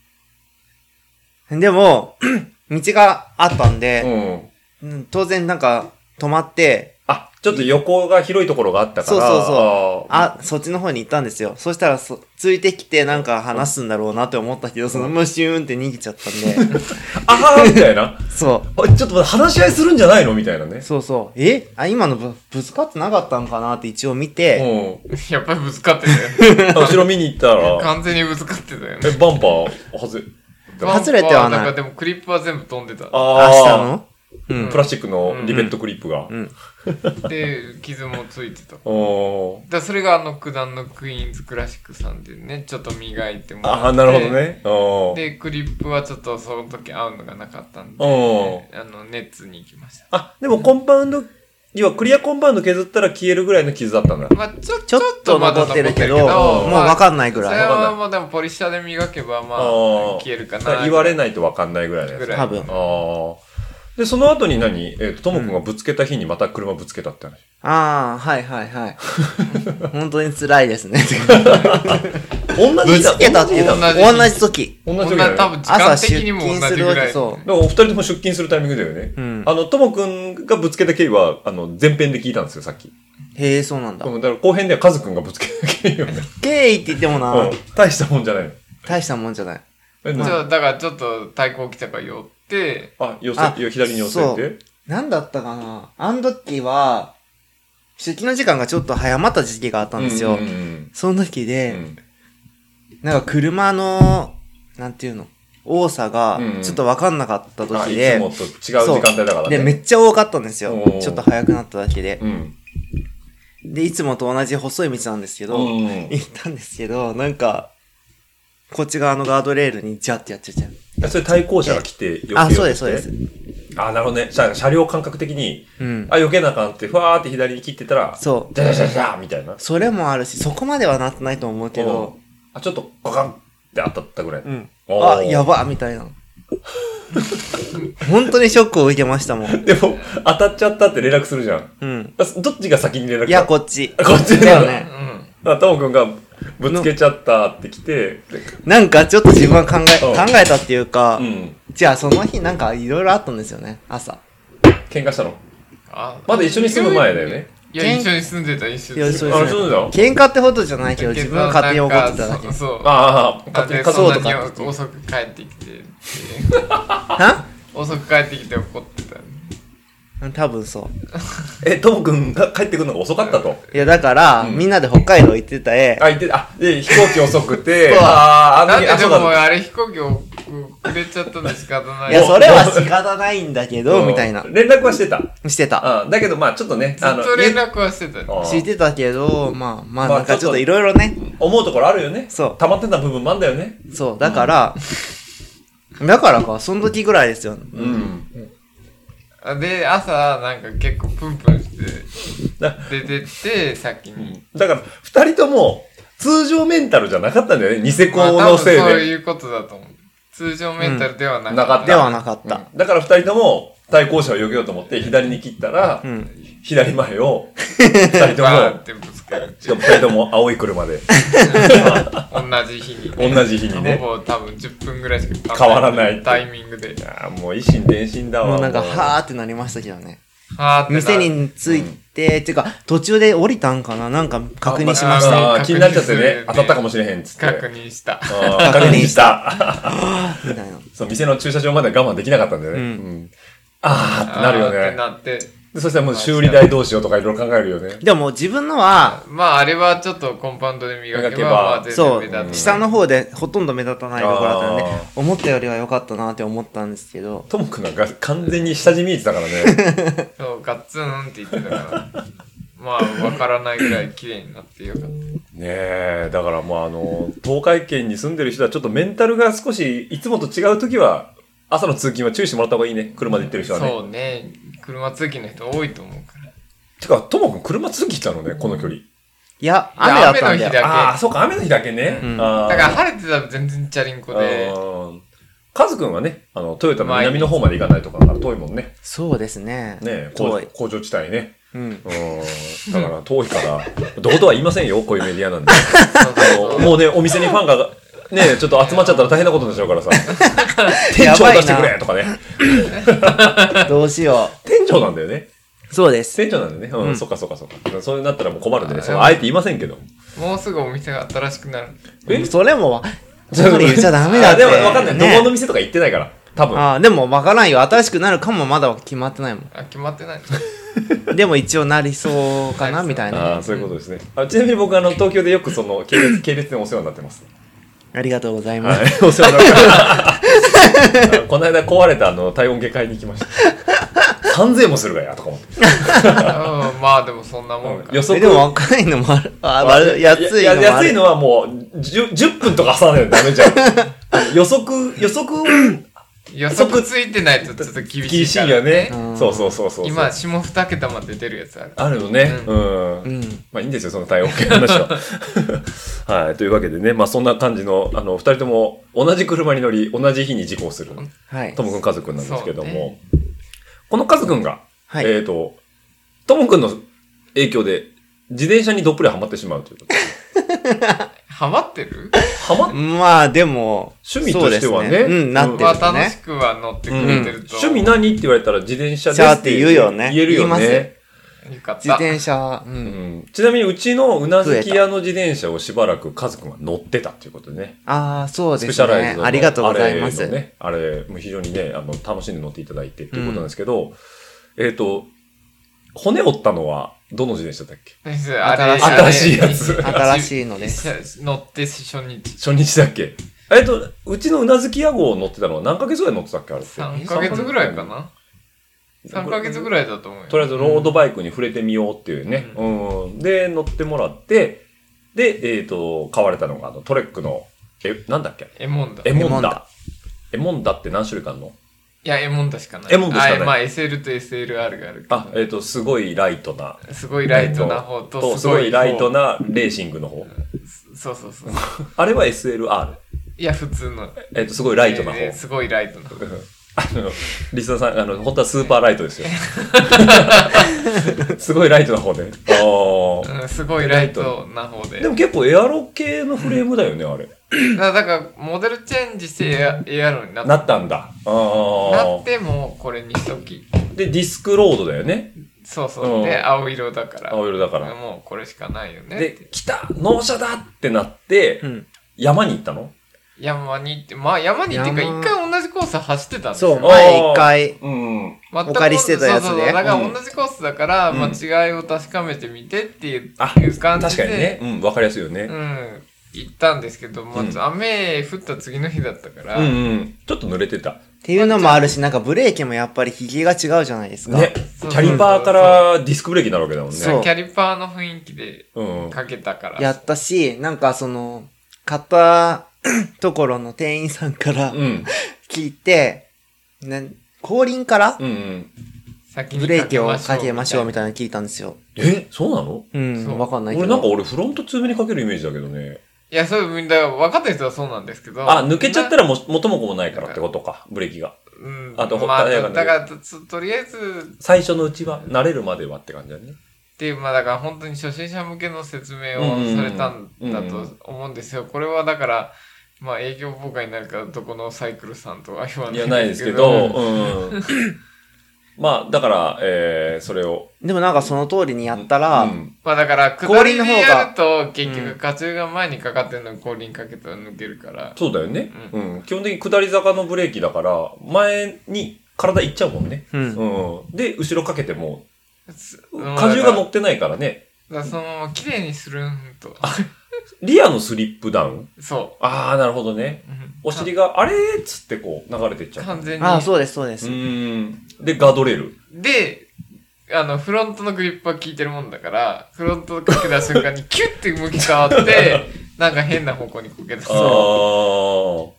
[SPEAKER 3] ん。
[SPEAKER 5] でも、道があったん
[SPEAKER 3] う
[SPEAKER 5] で、
[SPEAKER 3] ん。
[SPEAKER 5] うん当然なんか止まって、
[SPEAKER 3] あ、ちょっと横が広いところがあったから。
[SPEAKER 5] そうそうそう
[SPEAKER 3] あ
[SPEAKER 5] あ、そっちの方に行ったんですよ。そしたらそ、ついてきてなんか話すんだろうなって思ったけど、そのままシューンって逃げちゃったんで、
[SPEAKER 3] ーあーみたいな。
[SPEAKER 5] そ
[SPEAKER 3] あちょっと待って話し合いするんじゃないのみたいなね
[SPEAKER 5] う。。そうそう。えあ、今のぶぶつかってなかったのかなって一応見て、
[SPEAKER 3] うん。
[SPEAKER 4] やっぱりぶつかってたよ。
[SPEAKER 3] 後ろ見に行ったら、
[SPEAKER 4] 完全にぶつかってたよ
[SPEAKER 3] え、
[SPEAKER 4] ね。
[SPEAKER 3] バンパー、はず、
[SPEAKER 5] 外れてはない
[SPEAKER 4] なんかでもクリップは全部飛んでた。
[SPEAKER 3] あ
[SPEAKER 5] 明日
[SPEAKER 3] ー
[SPEAKER 5] のうん。
[SPEAKER 3] プラスチックのリベットクリップが。
[SPEAKER 5] うん。
[SPEAKER 4] で、傷もついてた。
[SPEAKER 3] おー
[SPEAKER 4] だそれがあの九段のクイーンズクラシックさんでね、ちょっと磨いてもらって。
[SPEAKER 3] ああ、なるほど。ね。おー
[SPEAKER 4] で、クリップはちょっとその時合うのがなかったんで、
[SPEAKER 3] お
[SPEAKER 4] あの、ネッツに行きました。
[SPEAKER 3] あ、でもコンパウンド、要はクリアコンパウンド削ったら消えるぐらいの傷だったんだ。
[SPEAKER 4] まあちょ、
[SPEAKER 5] ちょっと残ってるけど、もうわかんないぐ
[SPEAKER 4] それ
[SPEAKER 5] らい。
[SPEAKER 4] はもうでもポリッシャーで磨けばまあ
[SPEAKER 3] あー
[SPEAKER 4] 消えるかな。
[SPEAKER 3] だから言われないとわかんないぐらいのやつ。
[SPEAKER 4] ぐらい
[SPEAKER 5] 多分。
[SPEAKER 3] ああ。 で、その後に何えっ、と、ともくんがぶつけた日にまた車ぶつけたって話。
[SPEAKER 5] ああ、はいはいはい。本当に辛いですね。
[SPEAKER 3] 同
[SPEAKER 5] ぶつけたっていうか、
[SPEAKER 4] 同
[SPEAKER 5] 同じ時。
[SPEAKER 3] 同じ
[SPEAKER 4] こん
[SPEAKER 3] 時だよね。
[SPEAKER 4] な多分時間的にも同じぐらい。
[SPEAKER 5] そ
[SPEAKER 3] だからお二人とも出勤するタイミングだよね。
[SPEAKER 5] うん
[SPEAKER 3] あの、ともくんがぶつけた経緯は、あの、前編で聞いたんですよ、さっき。
[SPEAKER 5] う。へえ、そうなんだ。
[SPEAKER 3] うんだから後編ではカズくんがぶつけた経緯よね。
[SPEAKER 5] 経緯って言ってもな、
[SPEAKER 3] うん。大したもんじゃないの。
[SPEAKER 5] 大したもんじゃない。
[SPEAKER 3] え
[SPEAKER 4] じゃあ、だからちょっと対抗来たから寄って、
[SPEAKER 3] あ、寄
[SPEAKER 5] あ
[SPEAKER 3] せ、左に寄せ
[SPEAKER 5] そ
[SPEAKER 3] て
[SPEAKER 5] う。なんだったかなあの時は、出勤の時間がちょっと早まった時期があったんですよ。
[SPEAKER 3] うんうんうん
[SPEAKER 5] その時で、
[SPEAKER 3] うん
[SPEAKER 5] なんか車の、なんていうの、多さが
[SPEAKER 3] うんうん
[SPEAKER 5] ちょっとわかんなかった
[SPEAKER 3] あい
[SPEAKER 5] 時で、
[SPEAKER 3] つもと違う時間帯だからね。
[SPEAKER 5] で、めっちゃ多かったんですよ
[SPEAKER 3] おー。
[SPEAKER 5] ちょっと早くなっただけで。
[SPEAKER 3] うん。
[SPEAKER 5] で、いつもと同じ細い道なんですけど、
[SPEAKER 3] うん
[SPEAKER 5] 行ったんですけど、なんか、こっち側のガードレールにジャッてやっちゃっちゃう。
[SPEAKER 3] あそれ対向車が来て、避けよ
[SPEAKER 5] あ、そうです、
[SPEAKER 3] として
[SPEAKER 5] そうです。
[SPEAKER 3] あ、なるほどね。車車両感覚的に、
[SPEAKER 5] うん。
[SPEAKER 3] あ、避けなあかんって、ふわーって左に切ってたら、
[SPEAKER 5] そう。
[SPEAKER 3] じゃじゃじゃじゃみたいな。
[SPEAKER 5] それもあるし、そこまではなってないと思うけど、
[SPEAKER 3] あ、ちょっとガカンって当たったぐらい。
[SPEAKER 5] うん。
[SPEAKER 3] おー
[SPEAKER 5] あ、やばみたいな。本当にショックを受けましたもん。
[SPEAKER 3] でも、当たっちゃったって連絡するじゃん。
[SPEAKER 5] うん。
[SPEAKER 3] あどっちが先に連絡した
[SPEAKER 5] いや、こっち。
[SPEAKER 3] こっち
[SPEAKER 5] だよね。
[SPEAKER 4] うん。
[SPEAKER 3] あ、ともくんがぶつけちゃったって来て、
[SPEAKER 5] なんかちょっと自分は考え、
[SPEAKER 3] うん
[SPEAKER 5] 考えたっていうか、
[SPEAKER 3] うん。
[SPEAKER 5] じゃあその日なんかいろいろあったんですよね、朝。
[SPEAKER 3] 喧嘩したの
[SPEAKER 4] あ
[SPEAKER 3] まだ一緒に住む前だよね。
[SPEAKER 4] いや、一緒に住んでた、一緒
[SPEAKER 5] いや、
[SPEAKER 4] に住んで
[SPEAKER 5] そうですね。
[SPEAKER 3] あそうだよ
[SPEAKER 5] 喧嘩ってことじゃないけど、自分が勝手に怒ってただけ
[SPEAKER 4] そう。。そう。
[SPEAKER 3] ああ、
[SPEAKER 4] あ
[SPEAKER 3] 勝手に
[SPEAKER 4] で、
[SPEAKER 3] 家族と
[SPEAKER 4] そんなに
[SPEAKER 3] か。
[SPEAKER 4] 遅く帰ってきて、
[SPEAKER 5] は
[SPEAKER 4] 遅く帰ってきて怒ってた。
[SPEAKER 5] 多分そう。
[SPEAKER 3] え、ともくんが帰ってくるのが遅かったと。
[SPEAKER 5] いや、だから、
[SPEAKER 3] うん
[SPEAKER 5] みんなで北海道行ってた絵、
[SPEAKER 3] あ、言って、あ、で、飛行機遅くて、
[SPEAKER 5] そう
[SPEAKER 3] ああ、あの時、あ、
[SPEAKER 4] なんでで
[SPEAKER 3] そうだ。
[SPEAKER 4] もあれ飛行機をくれちゃったの仕方ない。
[SPEAKER 5] いや、それは仕方ないんだけど、みたいな。
[SPEAKER 3] 連絡はしてた。
[SPEAKER 5] してた。
[SPEAKER 3] うん。だけど、まあちょっとね、
[SPEAKER 4] ずっと連絡はしてた。
[SPEAKER 3] あ
[SPEAKER 5] 知ってたけど、まあ、まあ、
[SPEAKER 3] まあ
[SPEAKER 5] なんかちょっといろいろね。
[SPEAKER 3] 思うところあるよね。
[SPEAKER 5] そう
[SPEAKER 3] 溜まってた部分もあんだよね。
[SPEAKER 5] そう、だから、だからか、その時ぐらいですよ。
[SPEAKER 3] うん。
[SPEAKER 4] で、朝、なんか結構プンプンして、
[SPEAKER 3] だ
[SPEAKER 4] 出てって、先に。
[SPEAKER 3] だから、二人とも、通常メンタルじゃなかったんだよね。ニセコ
[SPEAKER 4] まあ多分
[SPEAKER 3] のせいで。
[SPEAKER 4] そういうことだと思う。通常メンタルではなかった。
[SPEAKER 3] なかった。
[SPEAKER 5] ではなかった。
[SPEAKER 3] うんだから二人とも、対向車を避けようと思って、左に切ったら、
[SPEAKER 5] うん。
[SPEAKER 3] 左前を、二人とも、
[SPEAKER 4] バーンってぶつける。
[SPEAKER 3] しかも二人とも青い車で、
[SPEAKER 4] 同じ日に、ね。
[SPEAKER 3] 同じ日にね。
[SPEAKER 4] ほぼ多分じゅっぷんぐらいしか
[SPEAKER 3] 変わらない
[SPEAKER 4] タイミングで。
[SPEAKER 3] ああ、もう一心伝心だわ。
[SPEAKER 5] もうなんか、
[SPEAKER 3] も
[SPEAKER 5] はーってなりましたけどね。
[SPEAKER 4] はーってな
[SPEAKER 5] 店に着いて、っていうか、途中で降りたんかななんか確認しました。
[SPEAKER 3] ああ、気になっちゃって
[SPEAKER 4] 確認するね、
[SPEAKER 3] ね当たったかもしれへんっつって。
[SPEAKER 4] 確認した。
[SPEAKER 3] あー確認した。
[SPEAKER 5] みたいな。
[SPEAKER 3] そう、店の駐車場まで我慢できなかったんだよね。
[SPEAKER 5] うん
[SPEAKER 3] うんあーってなるよ
[SPEAKER 4] あーって
[SPEAKER 3] ね。
[SPEAKER 4] なって。
[SPEAKER 3] でそしたらもう修理代どうしようとかいろいろ考えるよね。
[SPEAKER 5] でも自分のは、
[SPEAKER 4] まあ、あれはちょっとコンパウンドで磨けば、
[SPEAKER 3] 磨けば
[SPEAKER 4] まあ、全然
[SPEAKER 5] そう
[SPEAKER 4] 目立たない。
[SPEAKER 5] 下の方でほとんど目立たないところだったので
[SPEAKER 3] あー、
[SPEAKER 5] 思ったよりは良かったなって思ったんですけど、
[SPEAKER 3] ともくんが完全に下地見えてたからね。
[SPEAKER 4] そう、ガッツンって言ってたから。まあ、わからないぐらい綺麗になってよかった。
[SPEAKER 3] ねえ、だからもうあの、東海圏に住んでる人はちょっとメンタルが少しいつもと違う時は、朝の通勤は注意してもらった方がいいね。車で行ってる人はね。
[SPEAKER 4] そうね。車通勤の人多いと思うから。
[SPEAKER 3] てか、ともくん車通勤したのね、この距離。
[SPEAKER 5] いや、雨だったんだよ。
[SPEAKER 4] 雨の日だけ
[SPEAKER 3] ああ、そうか、雨の日だけね。
[SPEAKER 5] うん
[SPEAKER 3] あー
[SPEAKER 4] だから晴れてたら全然チャリンコで、
[SPEAKER 3] うんカズくんはね、あの、トヨタの南の方まで行かないとかだから遠いもんね。
[SPEAKER 5] そうですね。
[SPEAKER 3] ね
[SPEAKER 5] 遠い。
[SPEAKER 3] 工場地帯ね。
[SPEAKER 5] うん。
[SPEAKER 3] うん。だから遠いから、どことは言いませんよ、こういうメディアなんで。
[SPEAKER 4] そうそう
[SPEAKER 3] あのもうね、お店にファンが、ね、ちょっと集まっちゃったら大変なことになっちゃうからさ。店長出してくれとかね。
[SPEAKER 5] どうしよ
[SPEAKER 3] 店長なんだよね。
[SPEAKER 5] う。そうです。
[SPEAKER 3] 店長なんだよね。うん、
[SPEAKER 5] うん
[SPEAKER 3] そっかそっかそっか。そうなったらもう困るんでね。
[SPEAKER 4] あ
[SPEAKER 3] そのあえて言いませんけど。
[SPEAKER 4] もうすぐお店が新しくなる。
[SPEAKER 3] え
[SPEAKER 5] それも、そこで言っちゃダメだって。
[SPEAKER 3] あでもわかんない。
[SPEAKER 5] ね
[SPEAKER 3] どこの店とか行ってないから。多分。
[SPEAKER 5] ああ、でもわからんよ。新しくなるかもまだ決まってないも
[SPEAKER 4] あ、決まってない。
[SPEAKER 5] ん。でも一応なりそうかな、みたい
[SPEAKER 3] あ
[SPEAKER 5] な。
[SPEAKER 3] あ、そういうことですね。あちなみに僕、あの、東京でよくその、系列、系列でお世話になってます。
[SPEAKER 5] ありがとうございま
[SPEAKER 3] はい
[SPEAKER 5] す。、
[SPEAKER 3] お世話になってます。この間壊れたあの、体温計買いに行きました。さんぜんえんもするがや、とか思って。
[SPEAKER 4] うん、まあでもそんなもんか。
[SPEAKER 3] 予測
[SPEAKER 5] えでも若いのもある。あ、悪い安い
[SPEAKER 3] や
[SPEAKER 5] のもある。
[SPEAKER 3] 安いのはもう、じゅじゅっぷんとか挟まないとダメじゃん。予測、予測
[SPEAKER 4] 予測ついてないとちょっと厳し
[SPEAKER 3] 厳
[SPEAKER 4] いから
[SPEAKER 3] しいよね。
[SPEAKER 5] うん
[SPEAKER 3] そうそうそうそう。
[SPEAKER 4] 今、下二桁まで出るやつある。
[SPEAKER 3] あるよね。
[SPEAKER 4] う
[SPEAKER 3] うん。
[SPEAKER 5] うん。
[SPEAKER 3] まあいいんですよ、その体温計の話は。はい。というわけでね、まあそんな感じの、あの、二人とも同じ車に乗り、同じ日に事故をする、
[SPEAKER 5] はい
[SPEAKER 3] と。もくん家族なんですけども、 このカズくんが、
[SPEAKER 5] はい
[SPEAKER 3] えっ、ー、と、ともくんの影響で自転車にどっぷりハマってしまうということで。
[SPEAKER 4] ハマってる
[SPEAKER 3] ハマっ
[SPEAKER 5] まあでも、
[SPEAKER 3] 趣味としてはね。
[SPEAKER 5] そうですうん、なってる
[SPEAKER 4] まあ
[SPEAKER 5] ね。
[SPEAKER 4] 楽しくは乗ってくれてると。
[SPEAKER 3] 趣味何って言われたら自転車です
[SPEAKER 5] じゃあって言うよね
[SPEAKER 3] 言えるよ
[SPEAKER 5] 言います
[SPEAKER 3] ね。
[SPEAKER 4] よかった。
[SPEAKER 5] 自転車、う。
[SPEAKER 3] うんん、ちなみにうちのうなずき屋の自転車をしばらくカズくんが乗ってたということでね。
[SPEAKER 5] ああ、そう
[SPEAKER 3] スペ
[SPEAKER 5] ですね。
[SPEAKER 3] シャライズの
[SPEAKER 5] ありがとうございます。
[SPEAKER 3] あれのね、あれ、もう非常にね、あの、楽しんで乗っていただいてっていうことなんですけど、うん、えっ、ー、と、骨折ったのはどの自転車だっけ？
[SPEAKER 5] 新
[SPEAKER 3] しいやつ。
[SPEAKER 5] 新しいのです。
[SPEAKER 4] 乗って初日。
[SPEAKER 3] 初日だっけ？えっと、うちのうなずき屋号乗ってたのは何ヶ月ぐらい乗ってたっけあれって。
[SPEAKER 4] さんかげつぐらいかな。さんかげつぐらいだと思うよ。
[SPEAKER 3] とりあえずロードバイクに触れてみようっていうね。うん。うん、で、乗ってもらって、で、えっ、ー、と、買われたのが、あの、トレックの、え、なんだっけ
[SPEAKER 4] エモンダ。
[SPEAKER 3] エモンダ。エモンダって何種類かあるの？
[SPEAKER 4] いや、エモンダしかない。
[SPEAKER 3] エモンダしかない。
[SPEAKER 4] まあ、エスエル と エスエルアール があるけど。
[SPEAKER 3] あ、えっ、ー、と、すごいライトな。
[SPEAKER 4] すごいライトな方と、
[SPEAKER 3] とすごいライトなレーシングの方。
[SPEAKER 4] そうそうそう。
[SPEAKER 3] あれは エスエルアール？
[SPEAKER 4] いや、普通の。
[SPEAKER 3] えっ、ー、と、すごいライトな方。
[SPEAKER 4] えー、すごいライトな方。
[SPEAKER 3] あの、リスナーさん、あの、本当はスーパーライトですよ。すごいライトな方で。
[SPEAKER 4] あ、うん。すごいライトな方で。
[SPEAKER 3] でも結構エアロ系のフレームだよね、あれ。
[SPEAKER 4] だから、モデルチェンジしてエアエアロになった。
[SPEAKER 3] なったんだ。あ
[SPEAKER 4] なっても、これにしとき。
[SPEAKER 3] で、ディスクロードだよね。
[SPEAKER 4] そうそう。うん、で、青色だから。
[SPEAKER 3] 青色だから。
[SPEAKER 4] もうこれしかないよね。
[SPEAKER 3] で、来た納車だってなって、うん、山に行ったの？
[SPEAKER 4] 山に行って、まあ山にっていうか、一回同じコース走ってたんですよ。
[SPEAKER 5] そう、前一回、
[SPEAKER 3] うん、
[SPEAKER 5] お借りしてたやつで。そうそうそう、
[SPEAKER 4] だから同じコースだから、うん、まあ違いを確かめてみてっていう、うん、いう感じで。
[SPEAKER 3] 確かにね。うん、わかりやすいよね。
[SPEAKER 4] うん。行ったんですけど、まず雨降った次の日だったから、
[SPEAKER 3] うんうん。ちょっと濡れてた。
[SPEAKER 5] っていうのもあるし、なんかブレーキもやっぱりヒゲが違うじゃないですか。
[SPEAKER 3] ね。キャリパーからディスクブレーキになるわけだもんね。
[SPEAKER 4] そう。キャリパーの雰囲気でかけたから。
[SPEAKER 5] やったし、なんかその、買ったところの店員さんから聞いて、ね、後輪からブレーキをかけましょうみたいなの聞いたんですよ。
[SPEAKER 3] え、そうなの？
[SPEAKER 5] うん、わかんないけど。
[SPEAKER 3] 俺なんか俺フロント強めにかけるイメージだけどね。
[SPEAKER 4] いや、そういう、だから分かってる人はそうなんですけど。
[SPEAKER 3] あ、抜けちゃったらも元も子もないからってことか、ブレーキが。
[SPEAKER 4] うん。
[SPEAKER 3] あと、
[SPEAKER 4] まあ、だからと、とりあえず。
[SPEAKER 3] 最初のうちは、慣れるまではって感じだね。
[SPEAKER 4] っていう、まあだから本当に初心者向けの説明をされたんだと思うんですよ。これはだから、まあ営業妨害になるからどこのサイクルさんとは言わないですけど。いや、ないですけど、うん。
[SPEAKER 3] まあ、だから、えー、それを。
[SPEAKER 5] でもなんかその通りにやったら、うん、
[SPEAKER 4] まあだから、下りでやると、結局、荷重が前にかかってるのに後輪かけたら抜けるから。
[SPEAKER 3] そうだよね。うん。うん、基本的に下り坂のブレーキだから、前に体いっちゃうもんね。うん。うん、で、後ろかけても、荷重が乗ってないからね。
[SPEAKER 4] だからそのまま綺麗にするんと。
[SPEAKER 3] リアのスリップダウン？
[SPEAKER 4] そう。
[SPEAKER 3] ああ、なるほどね。うん、お尻が、あれーっつってこう、流れてっちゃう。
[SPEAKER 4] 完全に。
[SPEAKER 5] ああ、そうです、そうです。
[SPEAKER 3] うん。で、ガードレール。
[SPEAKER 4] で、あの、フロントのグリップは効いてるもんだから、フロントかけた瞬間にキュッて向き変わって、なんか変な方向にこけた。
[SPEAKER 3] そう。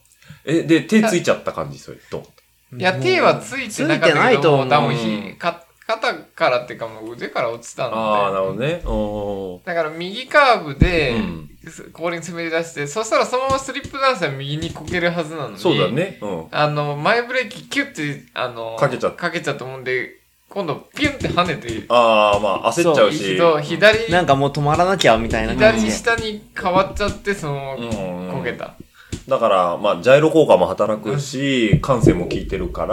[SPEAKER 3] え、で、手ついちゃった感じ、それと。
[SPEAKER 4] いや、手はついてなかったけど、もう多分ひ、か、肩からっていうかもう腕から落ちたんで。
[SPEAKER 3] ああ、なるほどね。お
[SPEAKER 4] だから右カーブで、後輪滑り出して、うん、そしたらそのままスリップダウンしたら右にこけるはずなのに。
[SPEAKER 3] そうだね。うん。
[SPEAKER 4] あの、前ブレーキキュッて、あの、
[SPEAKER 3] かけちゃった。
[SPEAKER 4] かけちゃったもんで、今度ピュンって跳ねて。
[SPEAKER 3] ああ、まあ焦っちゃうし。
[SPEAKER 4] そう、左、
[SPEAKER 5] なんかもう止まらなきゃみたいな感じ
[SPEAKER 4] で。左下に変わっちゃって、そのままこけた。
[SPEAKER 3] だから、まあ、ジャイロ効果も働くし、感性も効いてるから。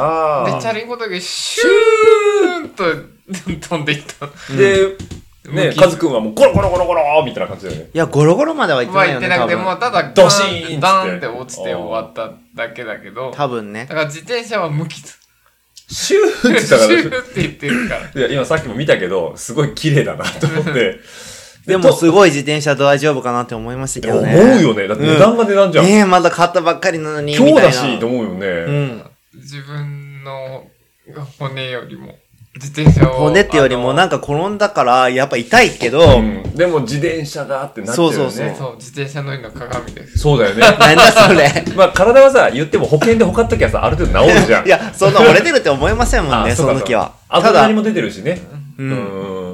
[SPEAKER 4] で、チャリンコだけシューンと飛んでいった。
[SPEAKER 3] で、ね、カズくんはもうゴロゴロゴロゴロみたいな感じだよね。
[SPEAKER 5] いや、ゴロゴロまでは言ってないよね。
[SPEAKER 4] まあ言ってなくて、もうただ、
[SPEAKER 3] ドシーン
[SPEAKER 4] ダーンって落ちて終わっただけだけど。
[SPEAKER 5] 多分ね。
[SPEAKER 4] だから自転車は無傷。
[SPEAKER 3] シューって言ったから。
[SPEAKER 4] シューって言ってるから。
[SPEAKER 3] いや、今さっきも見たけど、すごい綺麗だなと思って。
[SPEAKER 5] でもすごい自転車大丈夫かなって思いましたけどね。
[SPEAKER 3] 思うよね。だって値段が値段じゃん。
[SPEAKER 5] ねえ、まだ買ったばっかりなのに。
[SPEAKER 3] 今日だし、と思うよね。うん。
[SPEAKER 4] 自分の骨よりも、自転車を。
[SPEAKER 5] 骨ってよりもなんか転んだから、やっぱ痛いけど。
[SPEAKER 3] でも自転車だってなっちゃうよね。
[SPEAKER 5] そうそうそう。
[SPEAKER 4] そう、自転車乗りの鏡です。
[SPEAKER 3] そうだよね。
[SPEAKER 5] なんだそれ。
[SPEAKER 3] まあ体はさ、言っても保険でほかっときゃさ、ある程度治るじゃん。
[SPEAKER 5] いや、そんな折れてるって思いませんもんね、その時は。
[SPEAKER 3] ただ、何も出てるしね。うん。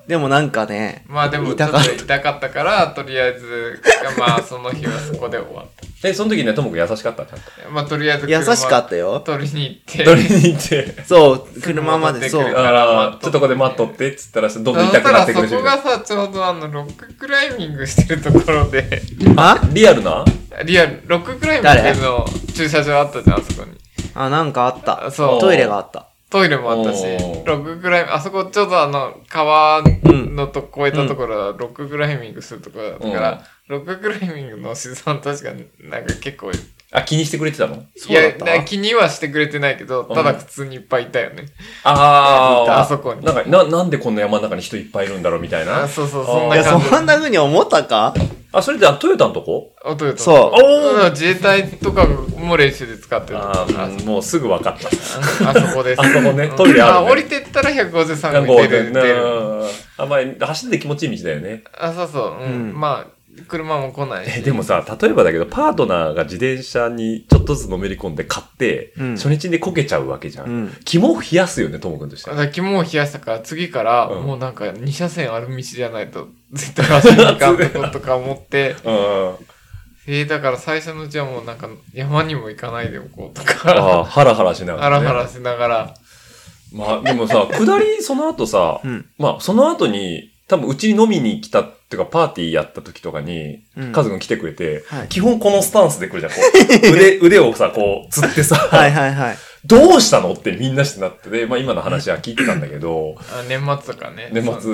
[SPEAKER 5] でもなんかね。
[SPEAKER 4] まあでもちょっと痛かったから、とりあえず、まあその日はそこで終わった。
[SPEAKER 3] え、その時ね、ともくん優しかったちゃんと。
[SPEAKER 4] まあとりあえず
[SPEAKER 5] 優しかったよ。
[SPEAKER 4] 取りに行って。
[SPEAKER 3] 取りに行って。
[SPEAKER 5] そう、車まで、そう。
[SPEAKER 3] ああ、ちょっとここで待っとって、つったら、どんどん痛くなってくるし。
[SPEAKER 4] そこがさ、ちょうどあの、ロッククライミングしてるところで。
[SPEAKER 3] あリアルな
[SPEAKER 4] リアル、ロッククライミングの駐車場あったじゃん、あそこに。
[SPEAKER 5] あ、なんかあった。
[SPEAKER 4] そう。
[SPEAKER 5] トイレがあった。
[SPEAKER 4] トイレもあったし、ロッククライミング、あそこちょうどあの、川のと越えたところは、ロッククライミングするところだったから、うん、ロッククライミングのおじさん確かになんか結構、
[SPEAKER 3] あ、気にしてくれてたの？
[SPEAKER 4] いや、気にはしてくれてないけど、ただ普通にいっぱいいたよね。うん、
[SPEAKER 3] あ
[SPEAKER 4] あ、あそこに。
[SPEAKER 3] なんか、な、なんでこんな山の中に人いっぱいいるんだろうみたいな。
[SPEAKER 4] あ、そうそう、そんな感じ。い
[SPEAKER 5] や、そんな風に思ったか？
[SPEAKER 3] あ、それじゃあトヨタのとこ？
[SPEAKER 4] あ、トヨタ。
[SPEAKER 5] そう。
[SPEAKER 4] お自衛隊とかも練習で使ってる。
[SPEAKER 3] ああ、もうすぐ分かった。
[SPEAKER 4] あそこです。
[SPEAKER 3] あそこね、トイレある、ね。
[SPEAKER 4] 降りてったらひゃくごじゅうさん号出る。出る。
[SPEAKER 3] あ、まあ、走って気持ちいい道だよね。
[SPEAKER 4] あ、そうそう。うん。うん、まあ、車も来ないし。
[SPEAKER 3] え、でもさ、例えばだけど、パートナーが自転車にちょっとずつのめり込んで買って、うん、初日でこけちゃうわけじゃん。うん、肝を冷やすよね、ともくんとしては。
[SPEAKER 4] 肝を冷やしたから、次から、もうなんかに車線ある道じゃないと、絶対走りに行かんとことか思って、うん、えー、だから最初のうちはもうなんか山にも行かないでおこうとか。
[SPEAKER 3] ああ、ハラハラしながら、
[SPEAKER 4] ね。ハラハラしながら。
[SPEAKER 3] まあでもさ、下りその後さ、うん、まあその後に、多分うちに飲みに来たっていうかパーティーやった時とかに、カズくん来てくれて、はい、基本このスタンスで来るじゃん。こう腕、腕をさ、こう、つってさ、
[SPEAKER 5] はいはいはい。
[SPEAKER 3] どうしたのってみんなしてなってて、まあ今の話は聞いてたんだけど、
[SPEAKER 4] あ年末とかね。
[SPEAKER 3] 年末、うん、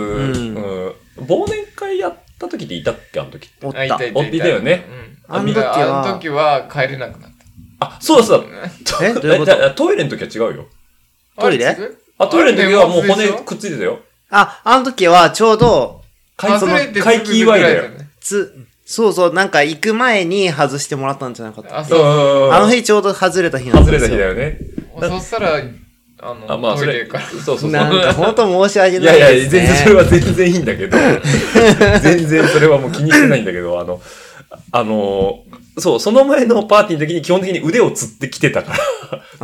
[SPEAKER 3] うん。忘年会やった時っていたっけあの時って。
[SPEAKER 5] おった。
[SPEAKER 4] いたいた
[SPEAKER 3] おっていたよね。
[SPEAKER 4] うん。あの時は、あの時は帰れなくなった。
[SPEAKER 3] あ、そうだそうだ。
[SPEAKER 5] えどういうこと
[SPEAKER 3] トイレの時は違うよ。
[SPEAKER 5] トイレ
[SPEAKER 3] あ、トイレの時はもう骨くっついてたよ。
[SPEAKER 5] あ、あの時はちょうど、
[SPEAKER 3] 回帰祝いだよ。
[SPEAKER 5] つ、そうそう、なんか行く前に外してもらったんじゃなかった。
[SPEAKER 4] あ、そう。
[SPEAKER 5] あの日ちょうど外れた日なんですよ。
[SPEAKER 3] 外れた日だよね。
[SPEAKER 4] そしたら、あの、あまあ、トイレから。
[SPEAKER 3] そうそうそう。
[SPEAKER 5] なんか本当申し訳ないですね。
[SPEAKER 3] いやいや、全然それは全然いいんだけど、全然それはもう気にしてないんだけど、あの、あの、そう、その前のパーティーの時に基本的に腕をつってきてたから、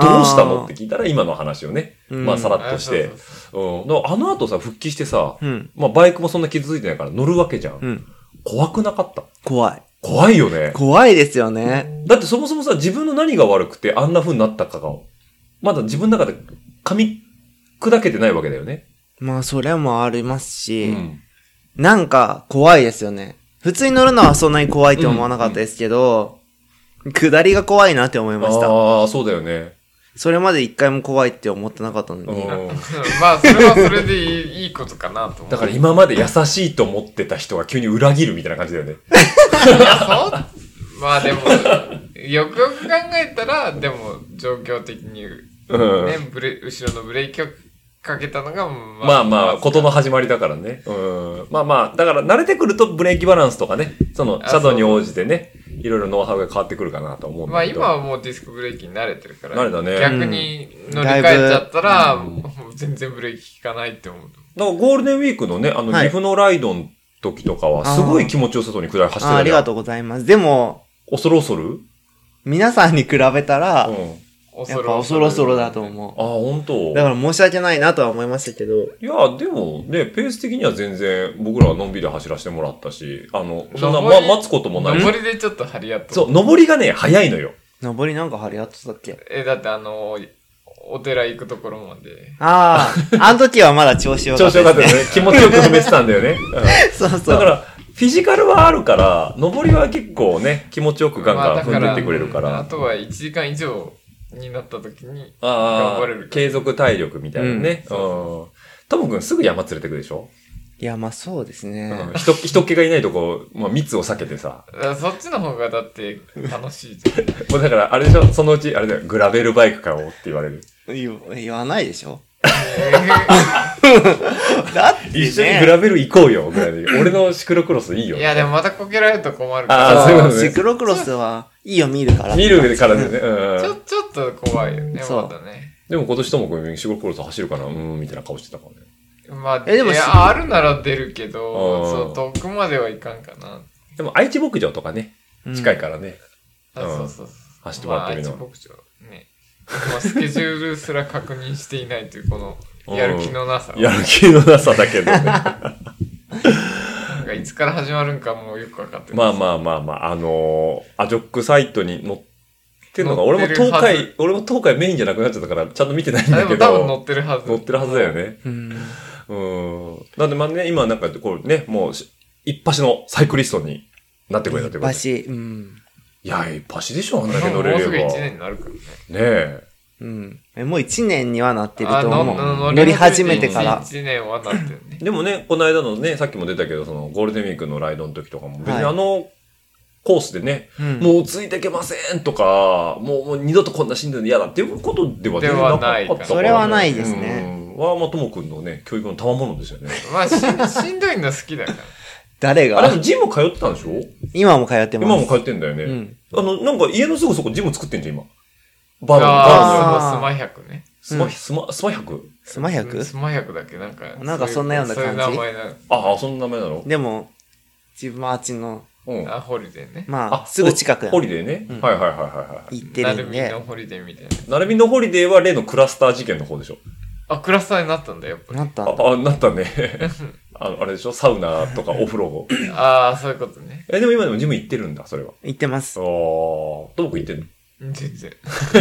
[SPEAKER 3] どうしたのって聞いたら今の話をね、まあさらっとして、うん、あの後さ、復帰してさ、うん、まあバイクもそんな傷ついてないから乗るわけじゃん。うん、怖くなかった？
[SPEAKER 5] 怖い。
[SPEAKER 3] 怖いよね。
[SPEAKER 5] 怖いですよね。
[SPEAKER 3] だってそもそもさ、自分の何が悪くてあんな風になったかが、まだ自分の中で噛み砕けてないわけだよね。
[SPEAKER 5] まあそれもありますし、うん、なんか怖いですよね。普通に乗るのはそんなに怖いって思わなかったですけど、うんうん、下りが怖いなって思いました。
[SPEAKER 3] ああ、そうだよね。
[SPEAKER 5] それまで一回も怖いって思ってなかったのに。
[SPEAKER 4] まあ、それはそれでいい、いいことかなと思う。
[SPEAKER 3] だから今まで優しいと思ってた人が急に裏切るみたいな感じだよね。
[SPEAKER 4] いや、そうまあでも、よくよく考えたら、でも状況的に、ね、うん、ブレ後ろのブレーキをかけたのが、ま
[SPEAKER 3] あ、まあまあ、ことの始まりだからね。うん。まあまあ、だから慣れてくるとブレーキバランスとかね、その、シャドウに応じてね、いろいろノウハウが変わってくるかなと思うんだけど。
[SPEAKER 4] まあ今はもうディスクブレーキに慣れてるから。
[SPEAKER 3] 慣れたね。
[SPEAKER 4] 逆に乗り換えちゃったら、うん、もう全然ブレーキ効かないって思う。
[SPEAKER 3] だからゴールデンウィークのね、あの、岐阜のライドの時とかは、すごい気持ちよさそうに下り走ってたじゃん。
[SPEAKER 5] あ, ありがとうございます。でも、
[SPEAKER 3] 恐る恐る
[SPEAKER 5] 皆さんに比べたら、うん、やっぱ恐ろ恐ろだと思う。
[SPEAKER 3] ああ、本当。
[SPEAKER 5] だから申し訳ないなとは思いましたけど。
[SPEAKER 3] いや、でもね、ペース的には全然僕らはのんびり走らせてもらったし、あの、そんな、ま、待つこともない。
[SPEAKER 4] 上りでちょっと張り合った。
[SPEAKER 3] そう、上りがね、早いのよ。
[SPEAKER 5] 上りなんか張り合ってたっけ？
[SPEAKER 4] え、だってあの、お寺行くところまで。
[SPEAKER 5] ああ、あの時はまだ調子よかった、
[SPEAKER 3] ね。調子よかったよね。気持ちよく踏めてたんだよね。
[SPEAKER 5] うん、そうそう。
[SPEAKER 3] だから、フィジカルはあるから、上りは結構ね、気持ちよくガンガン踏んでってくれるから。
[SPEAKER 4] まあ、あとはいちじかん以上になった時に、
[SPEAKER 3] 頑張れる。継続体力みたいなね。うん。トム君すぐ山連れてくでしょ？
[SPEAKER 5] いや、まあそうですね。
[SPEAKER 3] うん、人、人っ気がいないとこ、まあ密を避けてさ。
[SPEAKER 4] そっちの方がだって楽しいじゃん。
[SPEAKER 3] もうだから、あれでしょ、そのうち、あれだよ、グラベルバイク買おうって言われる。
[SPEAKER 5] 言, 言わないでしょ
[SPEAKER 3] だって、ね、一緒にグラベル行こうよ、ぐらいで。俺のシクロクロスいいよ。
[SPEAKER 4] いや、でもまたこけられると困るから。
[SPEAKER 5] ああ、そういうことね。シクロクロスはいいよ、見るから。
[SPEAKER 3] 見るからね。うん、
[SPEAKER 4] ちょ、ちょっと怖いよね、まだね。
[SPEAKER 3] でも今年ともこうシクロクロス走るかな、うーん、みたいな顔してたからね。
[SPEAKER 4] まあ、え、でも、いや、あるなら出るけど、そう、遠くまではいかんかな。
[SPEAKER 3] でも、愛知牧場とかね、近いからね。
[SPEAKER 4] うん、あ、そうそうそう。
[SPEAKER 3] 走ってもらってるの。
[SPEAKER 4] まあ、愛知牧場。ね。まあ、スケジュールすら確認していないという、この、 やる気のなさ。
[SPEAKER 3] やる気のなさだけどね。
[SPEAKER 4] なんかいつから始まるんかもうよくわかってない。
[SPEAKER 3] まあまあまあまあ、あのー、アジョックサイトに載ってるのが、俺も東海、俺も東海メインじゃなくなっちゃったから、ちゃんと見てないんだけど。
[SPEAKER 4] でも多分載ってるはず。
[SPEAKER 3] 載ってるはずだよね。
[SPEAKER 5] うん。
[SPEAKER 3] うん。なんでまあね、今なんかこうね、もう、一発のサイクリストになってくれたということで。
[SPEAKER 5] 一発、うん。
[SPEAKER 3] いや、一発でしょ、あんだけ乗れれば。
[SPEAKER 4] もうすぐ一年になるからね。ね
[SPEAKER 3] え。
[SPEAKER 5] うん。え、もう一年にはなってると思う。乗り始めてから。
[SPEAKER 4] 一年はなってるね。
[SPEAKER 3] でもね、この間のね、さっきも出たけど、そのゴールデンウィークのライドの時とかも、別にあの、コースでね、うん、もうついてけませんとか、もうもう二度とこんなしんどいの嫌だっていうことでは全然なかったから、ね。
[SPEAKER 5] それはないですね。
[SPEAKER 3] は、まあ、ともくんのね、教育の賜物ですよね。
[SPEAKER 4] まあし、しんどいの好きだから。
[SPEAKER 5] 誰が
[SPEAKER 3] あれもジム通ってたんでしょ？
[SPEAKER 5] 今も通ってます。
[SPEAKER 3] 今も通ってんだよね。うん、あの、なんか家のすぐそこジム作ってんじゃん、今。
[SPEAKER 4] バーの、バーのスマひゃくね。
[SPEAKER 3] スマ、スマ、スマひゃく？
[SPEAKER 5] スマひゃく？
[SPEAKER 4] スマひゃくだっけなんか。
[SPEAKER 5] なんかそんなような感じ。そういう名前なの。
[SPEAKER 3] ああ、そんな名前なの？
[SPEAKER 5] でも、自分はあっちの、
[SPEAKER 4] うん、あ、ホリデーね。
[SPEAKER 5] まあ、すぐ近く。
[SPEAKER 3] ホリデーね。うん、はいはいはいはい。
[SPEAKER 5] 行ってるんで。
[SPEAKER 4] なるみのホリデーみたい
[SPEAKER 3] な。なるみのホリデーは例のクラスター事件の方でしょ。
[SPEAKER 4] あ、クラスターになったんだ、やっぱり。
[SPEAKER 5] なったん
[SPEAKER 3] だ。あ、なったね。あの、あれでしょサウナとかお風呂。
[SPEAKER 4] ああ、そういうことね。
[SPEAKER 3] え、でも今でもジム行ってるんだ、それは。
[SPEAKER 5] 行ってます。
[SPEAKER 3] ああ、どこ行ってんの？
[SPEAKER 4] 全然。全然。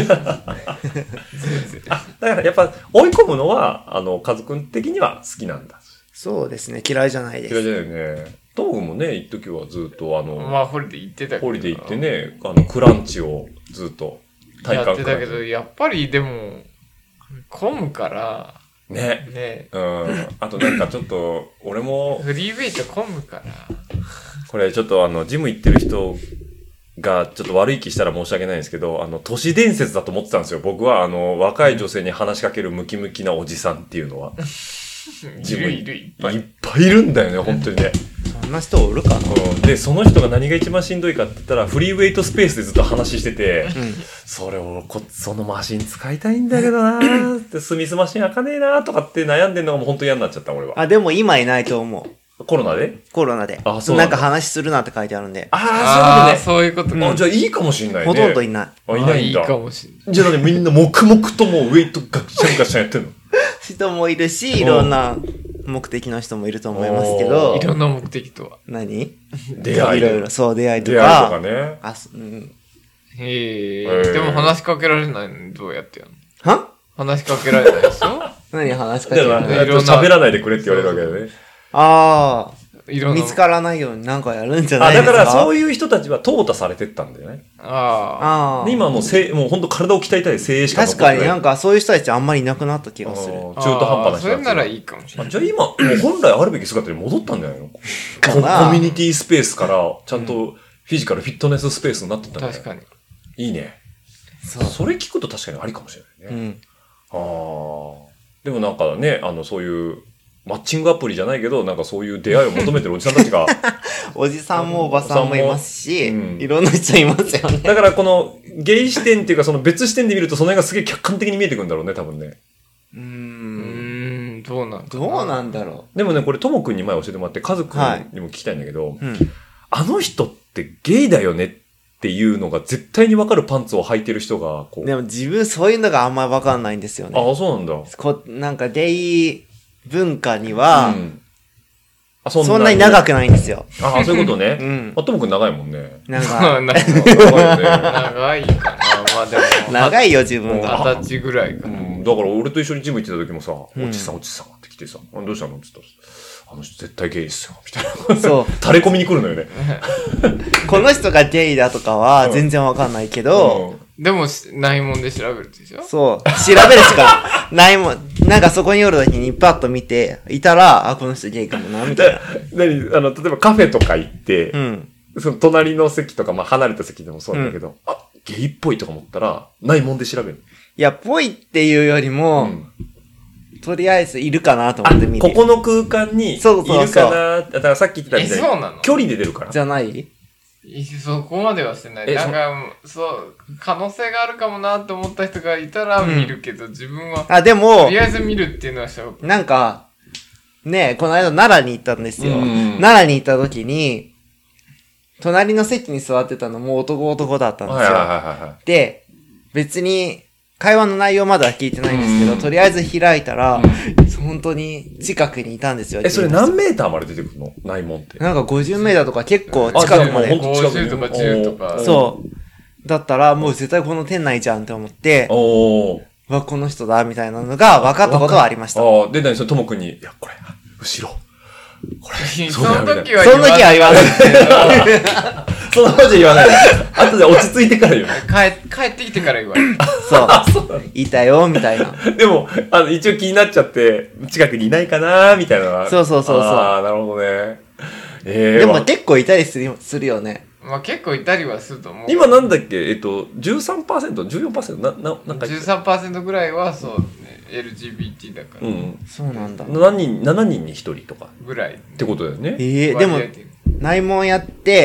[SPEAKER 3] あ、だからやっぱ追い込むのは、あの、カズくん的には好きなんだ。
[SPEAKER 5] そうですね、嫌いじゃないです。
[SPEAKER 3] 嫌いじゃないよね。トム君もね、一時はずっとあの、
[SPEAKER 4] まあ、ホリデー行ってたけど。
[SPEAKER 3] ホリデー行ってね、あの、クランチをずっと
[SPEAKER 4] 体感やってたけど、やっぱりでも、混むから、
[SPEAKER 3] ね。
[SPEAKER 4] ね。
[SPEAKER 3] うん。あとなんかちょっと、俺も、
[SPEAKER 4] フリーウェイト混むから。
[SPEAKER 3] これちょっとあの、ジム行ってる人がちょっと悪い気したら申し訳ないんですけど、あの、都市伝説だと思ってたんですよ。僕はあの、若い女性に話しかけるムキムキなおじさんっていうのは。
[SPEAKER 4] ジムいるいっぱい。
[SPEAKER 3] いっぱいいるんだよね、本当にね。
[SPEAKER 5] そんな人おるかな、
[SPEAKER 3] うん、で、その人が何が一番しんどいかって言ったら、フリーウェイトスペースでずっと話してて、うん、それをこ、そのマシン使いたいんだけどなーって、スミスマシン開かねえなーとかって悩んでんのがもう本当に嫌になっちゃった、俺は。
[SPEAKER 5] あ、でも今いないと思う。
[SPEAKER 3] コロナで
[SPEAKER 5] コロナで。
[SPEAKER 3] あ、そう
[SPEAKER 5] なんか話するなって書いてあるんで。
[SPEAKER 3] ああ、
[SPEAKER 4] そういうことね。
[SPEAKER 3] そういうことね。あ、じゃあいいかもしんないね。
[SPEAKER 5] ほとんどいない。
[SPEAKER 3] あ、いないんだ。
[SPEAKER 4] いいかもしんない。
[SPEAKER 3] じゃあみんな黙々ともうウェイトガッシャンガッシャンやってんの
[SPEAKER 5] 人もいるし、いろんな目的の人もいると思いますけど。
[SPEAKER 4] いろんな目的とは。
[SPEAKER 5] 何
[SPEAKER 3] 出会い。
[SPEAKER 5] いろいろ、そう、出会いとか。
[SPEAKER 3] 出会いとかね。
[SPEAKER 5] あ、うん。
[SPEAKER 4] へえ。でも話しかけられないのどうやってやる
[SPEAKER 5] のは
[SPEAKER 4] 話しかけられないでしょ
[SPEAKER 5] 何話しかけられない
[SPEAKER 3] の喋らないでくれって言われるわけだよね。
[SPEAKER 5] ああ。見つからないようになんかやるんじゃない
[SPEAKER 3] ですか。あ、だからそういう人たちは淘汰されてったんだよね。
[SPEAKER 4] あ
[SPEAKER 3] あ。今はもうせ、もう本当体を鍛えたい精鋭しか残ってない。
[SPEAKER 5] 確かになんかそういう人たちあんまりいなくなった気がする。
[SPEAKER 3] 中途半端な人たち。
[SPEAKER 4] それならいいかもしれない。
[SPEAKER 3] じゃあ今、もう本来あるべき姿に戻ったんじゃないのコミュニティスペースからちゃんとフィジカルフィットネススペースになってったんだよ。
[SPEAKER 4] 確かに。
[SPEAKER 3] いいね。そう。それ聞くと確かにありかもしれないね。うん。ああ。でもなんかね、あの、そういう、マッチングアプリじゃないけど、なんかそういう出会いを求めてるおじさんたちが。
[SPEAKER 5] おじさんもおばさんもいますし、うん、いろんな人いますよね。
[SPEAKER 3] だからこのゲイ視点っていうかその別視点で見るとその辺がすげえ客観的に見えてくるんだろうね、多分ね。
[SPEAKER 5] うーん。う
[SPEAKER 4] ーん、どうなんだ
[SPEAKER 5] ろう。どうなんだろ
[SPEAKER 3] う。でもね、これともくんに前教えてもらって、カズくんにも聞きたいんだけど、はいうん、あの人ってゲイだよねっていうのが絶対にわかるパンツを履いてる人がこう。
[SPEAKER 5] でも自分そういうのがあんまりわかんないんですよね。
[SPEAKER 3] ああ、そうなんだ。
[SPEAKER 5] こなんかゲイ文化には、うん、
[SPEAKER 3] あそんな
[SPEAKER 5] そんなに長くないんですよ。
[SPEAKER 3] ああ、そういうことね。うん。あともくん長いもんね。
[SPEAKER 5] 長い。
[SPEAKER 4] 長いね。長いかな。まあでも。
[SPEAKER 5] 長いよ、自分が。
[SPEAKER 4] 二十歳ぐらいかな。
[SPEAKER 3] うん。だから俺と一緒にジム行ってた時もさ、うん、おちさんおちさんって来てさ、どうしたのって言ったら、あの人絶対ゲイっすよ、みたいな。そう。垂れ込みに来るのよね。
[SPEAKER 5] この人がゲイだとかは全然わかんないけど、
[SPEAKER 4] うんでも、ないもんで調べるでしょ
[SPEAKER 5] そう。調べるしかないもん。なんかそこにおるときにパッと見て、いたら、あ、この人ゲイかもな、みたいな。
[SPEAKER 3] 何あの、例えばカフェとか行って、
[SPEAKER 5] うん。
[SPEAKER 3] その隣の席とか、まあ離れた席でもそうなんだけど、うん、あ、ゲイっぽいとか思ったら、ないもんで調べる。
[SPEAKER 5] いや、ぽいっていうよりも、うん、とりあえずいるかなと思って見て。
[SPEAKER 3] ここの空間にいるかな。そうそうそうだからさっき言ってたみたいに、
[SPEAKER 4] そうなの
[SPEAKER 3] 距離で出るから。
[SPEAKER 5] じゃない
[SPEAKER 4] そこまではしてない。なんか、そう、可能性があるかもなって思った人がいたら見るけど、うん、自分は。
[SPEAKER 5] あ、でも、
[SPEAKER 4] とりあえず見るっていうのはしょ
[SPEAKER 5] なんか、ねえ、この間奈良に行ったんですよ。うん、奈良に行った時に、隣の席に座ってたのも男男だったんですよ。
[SPEAKER 3] はいはいはいはい、
[SPEAKER 5] で、別に、 会話の内容まだ聞いてないんですけど、とりあえず開いたら、本当に近くにいたんですよ。
[SPEAKER 3] え、それ何メーターまで出てくるの？内門って。
[SPEAKER 5] なんかごじゅうメーターとか結構近くまで。
[SPEAKER 4] ごじゅうとかじゅうとか。
[SPEAKER 5] そう。だったら、もう絶対この店内じゃんって思って、おわ、この人だ、みたいなのが分かったことはありました。
[SPEAKER 3] ああ、で、何それ、ともくんに、いや、これ、後ろ。これ、
[SPEAKER 4] その時は
[SPEAKER 5] その時は言わない。
[SPEAKER 3] その時は言わない。後で落ち着いてから言う。
[SPEAKER 4] 帰、帰ってきてから言われる。
[SPEAKER 5] そう。いたよ、みたいな。
[SPEAKER 3] でも、あの、一応気になっちゃって、近くにいないかなみたいな。
[SPEAKER 5] そうそうそうそう。
[SPEAKER 3] ああ、なるほどね。え
[SPEAKER 5] え。でも結構いたりするするよね。
[SPEAKER 4] まあ結構いたりはすると思う。
[SPEAKER 3] 今なんだっけえっと、じゅうさんパーセント、じゅうよんパーセント、な、な、なんか。
[SPEAKER 4] じゅうさんパーセント ぐらいはそうね、エルジービーティー だから。
[SPEAKER 5] うん。そうなんだ。
[SPEAKER 3] ななにん、ななにんにひとりとか。
[SPEAKER 4] ぐらい。
[SPEAKER 3] ってことだよね。
[SPEAKER 5] ええー、でも、内門やって、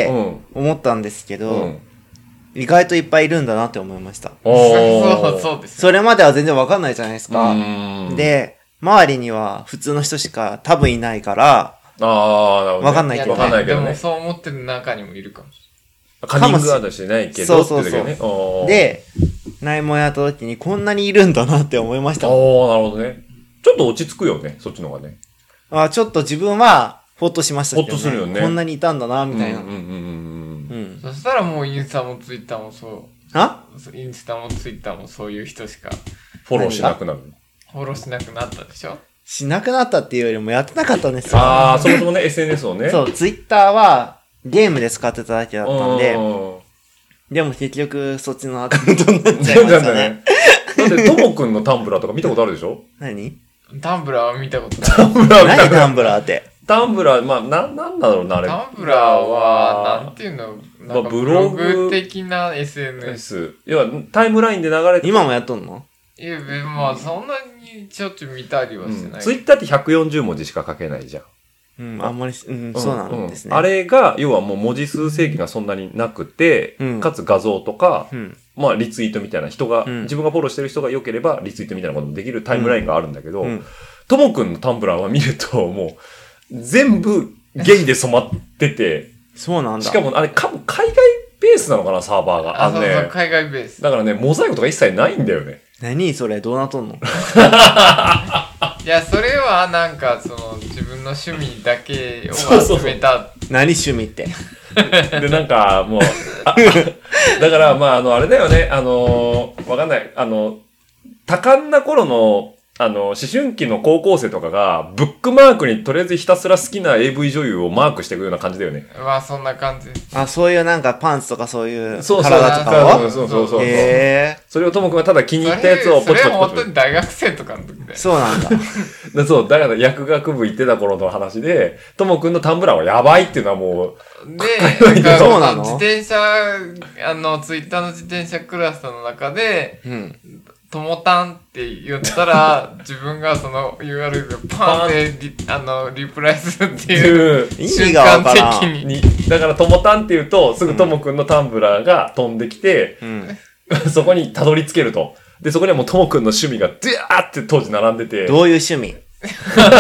[SPEAKER 5] 思ったんですけど、うん、意外といっぱいいるんだなって思いました。
[SPEAKER 4] そう、そうです。
[SPEAKER 5] それまでは全然わかんないじゃないですか。で、周りには普通の人しか多分いないから、
[SPEAKER 3] ああ、なるほど、ね。
[SPEAKER 5] わかんないけど、ね。
[SPEAKER 4] わかんないけど、ね。でもそう思ってる中にもいるかもしれない。
[SPEAKER 3] カニングアウトしてないけど、
[SPEAKER 5] そうそうそう。ね、で、内門やった時にこんなにいるんだなって思いました。
[SPEAKER 3] おー、なるほどね。ちょっと落ち着くよね、そっちの方がね。
[SPEAKER 5] あ、ちょっと自分は、ほっとしましたけど、ね。
[SPEAKER 3] ほっとするよね。
[SPEAKER 5] こんなにいたんだな、みたいな。うんうんうん
[SPEAKER 4] うん。そしたらもうインスタもツイッターもそう。
[SPEAKER 5] あ
[SPEAKER 4] インスタもツイッターもそういう人しか。
[SPEAKER 3] フォローしなくなる。
[SPEAKER 4] フォローしなくなったでしょ？
[SPEAKER 5] しなくなったっていうよりもやってなかったんですよ。
[SPEAKER 3] ああ、そもそもね、エスエヌエス をね。
[SPEAKER 5] そう、ツイッターはゲームで使ってただけだったんで、でも結局そっちのアカウントになっちゃいましたね。
[SPEAKER 3] だってともくんのタンブラーとか見たことあるでしょ？
[SPEAKER 5] 何？
[SPEAKER 4] タンブラーは見たことない。
[SPEAKER 3] タンブラー
[SPEAKER 5] 何タンブラーって。
[SPEAKER 3] タンブラー、まあ、な、なんだろうな、あれ。
[SPEAKER 4] タンブラーは、なんていうの、なんかブログ的な エスエヌエス。
[SPEAKER 3] 要は、タイムラインで流れて。
[SPEAKER 5] 今もやっとんの？
[SPEAKER 4] いや、まあ、そんなにちょっと見たりはしてない。
[SPEAKER 3] ツイッターってひゃくよんじゅうもじしか書けないじゃん。
[SPEAKER 5] うん、あんまり、うん、そうなんですね、
[SPEAKER 3] うんうん。あれが、要はもう文字数制限がそんなになくて、うん、かつ画像とか、うん、まあリツイートみたいな人が、うん、自分がフォローしてる人が良ければリツイートみたいなこともできるタイムラインがあるんだけど、ともくんのタンブラーは見ると、もう、全部ゲイで染まってて、
[SPEAKER 5] そうなんだ。
[SPEAKER 3] しかもあれ、か海外ベースなのかな、サーバーが。
[SPEAKER 4] あのね、そうそう海外ベース。
[SPEAKER 3] だからね、モザイクとか一切ないんだよね。
[SPEAKER 5] 何それどうなっとんの？
[SPEAKER 4] いや、それはなんか、その、自分の趣味だけを集めた。そうそうそう
[SPEAKER 5] 何趣味って。
[SPEAKER 3] で、なんか、もう、だから、まあ、あの、あれだよね、あの、わかんない、あの、多感な頃の、あの、思春期の高校生とかが、ブックマークにとりあえずひたすら好きな エーブイ 女優をマークしていくような感じだよね。
[SPEAKER 4] まあ、そんな感じです。
[SPEAKER 5] あ、そういうなんかパンツとかそういう
[SPEAKER 3] 体と
[SPEAKER 5] か
[SPEAKER 3] をそうそうそうそう。
[SPEAKER 5] へ
[SPEAKER 3] ー。それをともくんはただ気に入ったやつをポチポチポチ。
[SPEAKER 4] それは本当に大学生とかの時だよ。
[SPEAKER 5] そうなんだ。
[SPEAKER 3] だそう、だから薬学部行ってた頃の話で、ともくんのタンブラーはやばいっていうのはもう、
[SPEAKER 4] で、なんかそうなの？自転車、あの、ツイッターの自転車クラスの中で、うんともたんって言ったら、自分がその ユーアールエル でパンってリ、あの、リプライするっていう瞬間的に。
[SPEAKER 3] だからともたんって言うと、すぐともくんのタンブラーが飛んできて、うん、そこにたどり着けると。で、そこにはもうともくんの趣味がドゥーって当時並んでて。
[SPEAKER 5] どういう趣味？
[SPEAKER 4] それ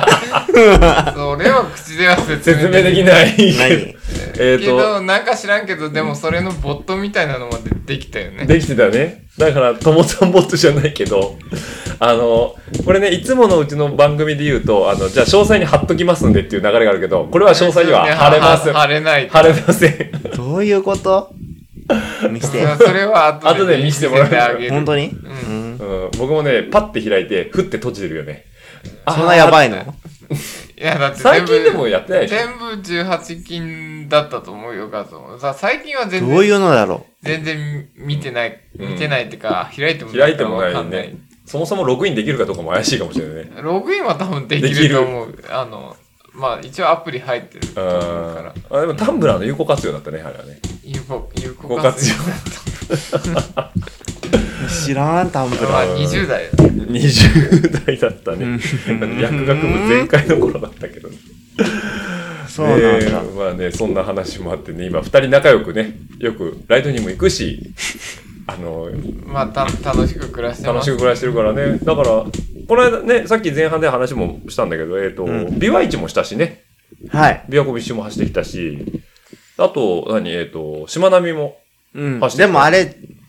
[SPEAKER 4] は口では説明
[SPEAKER 3] できない。
[SPEAKER 5] 何？
[SPEAKER 4] えっと。けど、なんか知らんけど、でもそれのボットみたいなのまでできたよね。
[SPEAKER 3] できてたね。だから、ともさんボットじゃないけど、あの、これね、いつものうちの番組で言うと、あの、じゃあ詳細に貼っときますんでっていう流れがあるけど、これは詳細には貼れません。
[SPEAKER 4] 貼れない。
[SPEAKER 3] 貼れません。
[SPEAKER 5] どういうこと見せて。
[SPEAKER 4] それは後で見せてもらう。
[SPEAKER 5] 本当に、
[SPEAKER 3] うんうん、僕もね、パッて開いて、ふって閉じてるよね。
[SPEAKER 5] そんなやばいの？
[SPEAKER 4] いや、だって
[SPEAKER 3] 最近でもやってないでしょ？
[SPEAKER 4] 全部じゅうはち金だったと思うよ、画像。さ、最近は全然。
[SPEAKER 5] どういうのだろ
[SPEAKER 4] う？全然見てない、見てないってか、うん、開いても
[SPEAKER 3] ない。開いてもないね。そもそもログインできるかどうかも怪しいかもしれないね。
[SPEAKER 4] ログインは多分できると思う。あの、まあ、一応アプリ入ってると思うから。
[SPEAKER 3] あ、でもタンブラーの有効活用だったね、あれはね。
[SPEAKER 4] 有効、有効活用だった。
[SPEAKER 5] 知らん、タンブラー。
[SPEAKER 4] にじゅう代だ。
[SPEAKER 3] にじゅう代だったね。薬学部全開の頃だったけどね。
[SPEAKER 5] そうなんだ、え
[SPEAKER 3] ー。まあね、そんな話もあってね、今二人仲良くね、よくライドにも行くし、あの、
[SPEAKER 4] まあ、た、楽しく暮らして
[SPEAKER 3] ます。楽しく暮らしてるからね。だから、この間ね、さっき前半で話もしたんだけど、えっ、ー、と、うん、琵琶市もしたしね。
[SPEAKER 5] はい。
[SPEAKER 3] 琵琶湖一周も走ってきたし、あと、何、えっ、ー、と、しまなみも
[SPEAKER 5] 走ってきた。うん。でもあれ、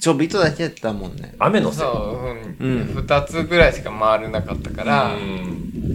[SPEAKER 5] ちょびっとだけやったもんね。
[SPEAKER 3] 雨のせい。
[SPEAKER 4] そう、うん。二、うん、つぐらいしか回れなかったから、うん、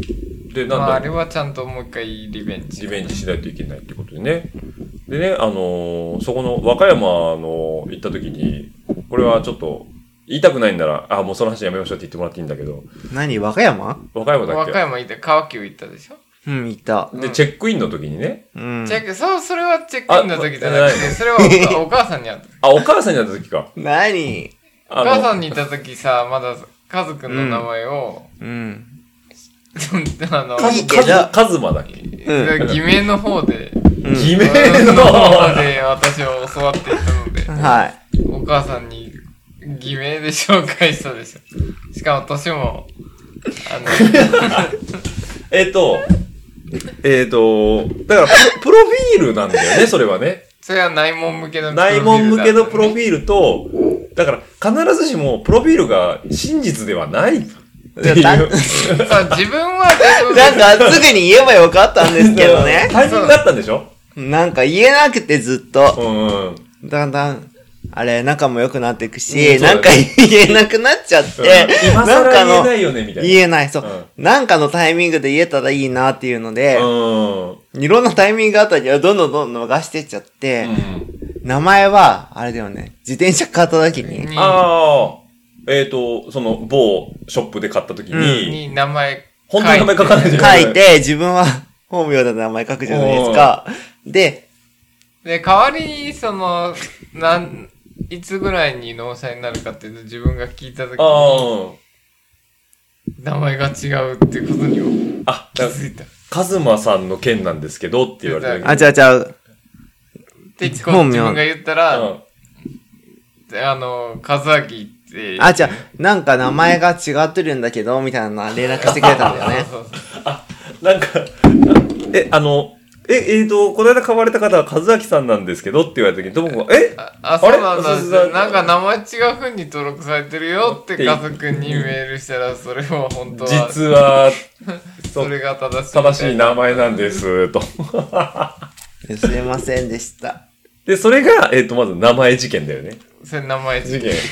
[SPEAKER 3] で、なんだ、
[SPEAKER 4] まあ、あれはちゃんともう一回リベンジ。
[SPEAKER 3] リベンジしないといけないってことでね。でね、あのー、そこの和歌山の行った時に、これはちょっと、言いたくないんなら、あ、もうその話やめましょうって言ってもらっていいんだけど。
[SPEAKER 5] 何和歌山
[SPEAKER 3] 和歌山だっけ？
[SPEAKER 4] 和歌山行った、川急行ったでしょ？
[SPEAKER 5] うん、行った。
[SPEAKER 3] で、うん、チェックインの時にね。
[SPEAKER 4] うん。チェック、そう、それはチェックインの時じゃなくて、それはお母さんに会った。
[SPEAKER 3] あ、お母さんに会った時か。
[SPEAKER 5] 何？
[SPEAKER 4] お母さんにいた時さ、まだ、カズくんの名前を、
[SPEAKER 5] うん。うん
[SPEAKER 3] あの、カズ、カズ、カズマだっけ？
[SPEAKER 4] うん。偽名の方で、
[SPEAKER 3] うん、偽名の方
[SPEAKER 4] で私を教わっていたので、
[SPEAKER 5] はい。
[SPEAKER 4] お母さんに偽名で紹介したでしょ。しかも年も、あの、
[SPEAKER 3] えっと、えっと、だからプロフィールなんだよね、それはね。
[SPEAKER 4] それは内門向けの
[SPEAKER 3] プロフィール、ね。内門向けのプロフィールと、だから必ずしもプロフィールが真実ではないっていう。
[SPEAKER 4] そう、自分は全部。
[SPEAKER 5] なんかすぐに言えばよかったんですけどね。
[SPEAKER 3] タイミングだったんでしょ？
[SPEAKER 5] なんか言えなくてずっと。
[SPEAKER 3] うん、
[SPEAKER 5] だんだん、あれ、仲も良くなっていくし、うんね、なんか言えなくなっちゃって、
[SPEAKER 3] うん、今更言えないよね、みたいな。
[SPEAKER 5] 言えない、そう、うん。なんかのタイミングで言えたらいいなっていうので、
[SPEAKER 3] うん、
[SPEAKER 5] いろんなタイミングがあったけど、どんどんどんどん逃してっちゃって、うん、名前は、あれだよね、自転車買った時に。
[SPEAKER 3] ああ、えっ、ー、と、その某ショップで買った時に、うん、
[SPEAKER 4] に名前、
[SPEAKER 3] 本当の名前書かないじゃ
[SPEAKER 5] ない書いて、自分は本名で名前書くじゃないですか。で、
[SPEAKER 4] で、代わりに、その、なん、いつぐらいに納車になるかっていうのを自分が聞いたときに、名前が違うっていうことにも気づいた。
[SPEAKER 3] カズマさんの件なんですけどって言われた。
[SPEAKER 5] あ、ちゃうちゃう。
[SPEAKER 4] って自分が言ったら、うん、あの、カズアキって。
[SPEAKER 5] あ、じゃあ、なんか名前が違ってるんだけど、みたいな連絡してくれたんだよね。
[SPEAKER 3] そうそうそうあ、なんか、え、あの、え、えーと、この間買われた方は和明さんなんですけどって言われた時に、ともこが、え
[SPEAKER 4] あ、あ、そうなんだ。なんか名前違う風に登録されてるよって家族にメールしたら、それは本当は。
[SPEAKER 3] 実は、
[SPEAKER 4] それが正しい。
[SPEAKER 3] 正しい名前なんです、と。
[SPEAKER 5] すいませんでした。
[SPEAKER 3] で、それが、えっと、まず名前事件だよね。
[SPEAKER 4] それ名前事件。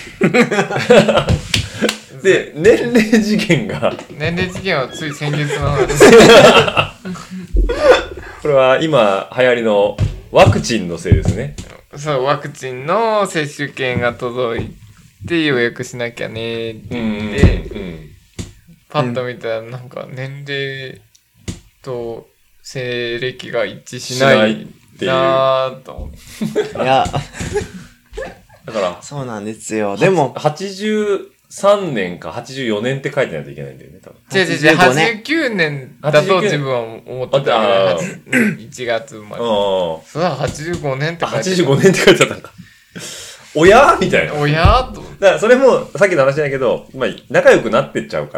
[SPEAKER 3] で、年齢事件が。
[SPEAKER 4] 年齢事件はつい先月の話です。
[SPEAKER 3] これは今流行りのワクチンのせいですね。
[SPEAKER 4] そう、ワクチンの接種券が届いて予約しなきゃねって言って、うんうん、パッと見たらなんか年齢と西暦が一致しないなぁと思って。
[SPEAKER 5] いや、
[SPEAKER 3] だから、
[SPEAKER 5] そうなんですよ。でも、
[SPEAKER 3] はちじゅうさんねんかはちじゅうよねんって書いてないといけないんだよね、多分。
[SPEAKER 4] 違う違う違う、はちじゅうきゅうねんだと自分は思ってたけど、いちがつ生まれ。それははちじゅうごねんって書いてある。
[SPEAKER 3] はちじゅうごねんって書いてあったんか。親みたいな。
[SPEAKER 4] 親と。
[SPEAKER 3] だからそれも、さっきの話だけど、まあ、仲良くなってっちゃうから、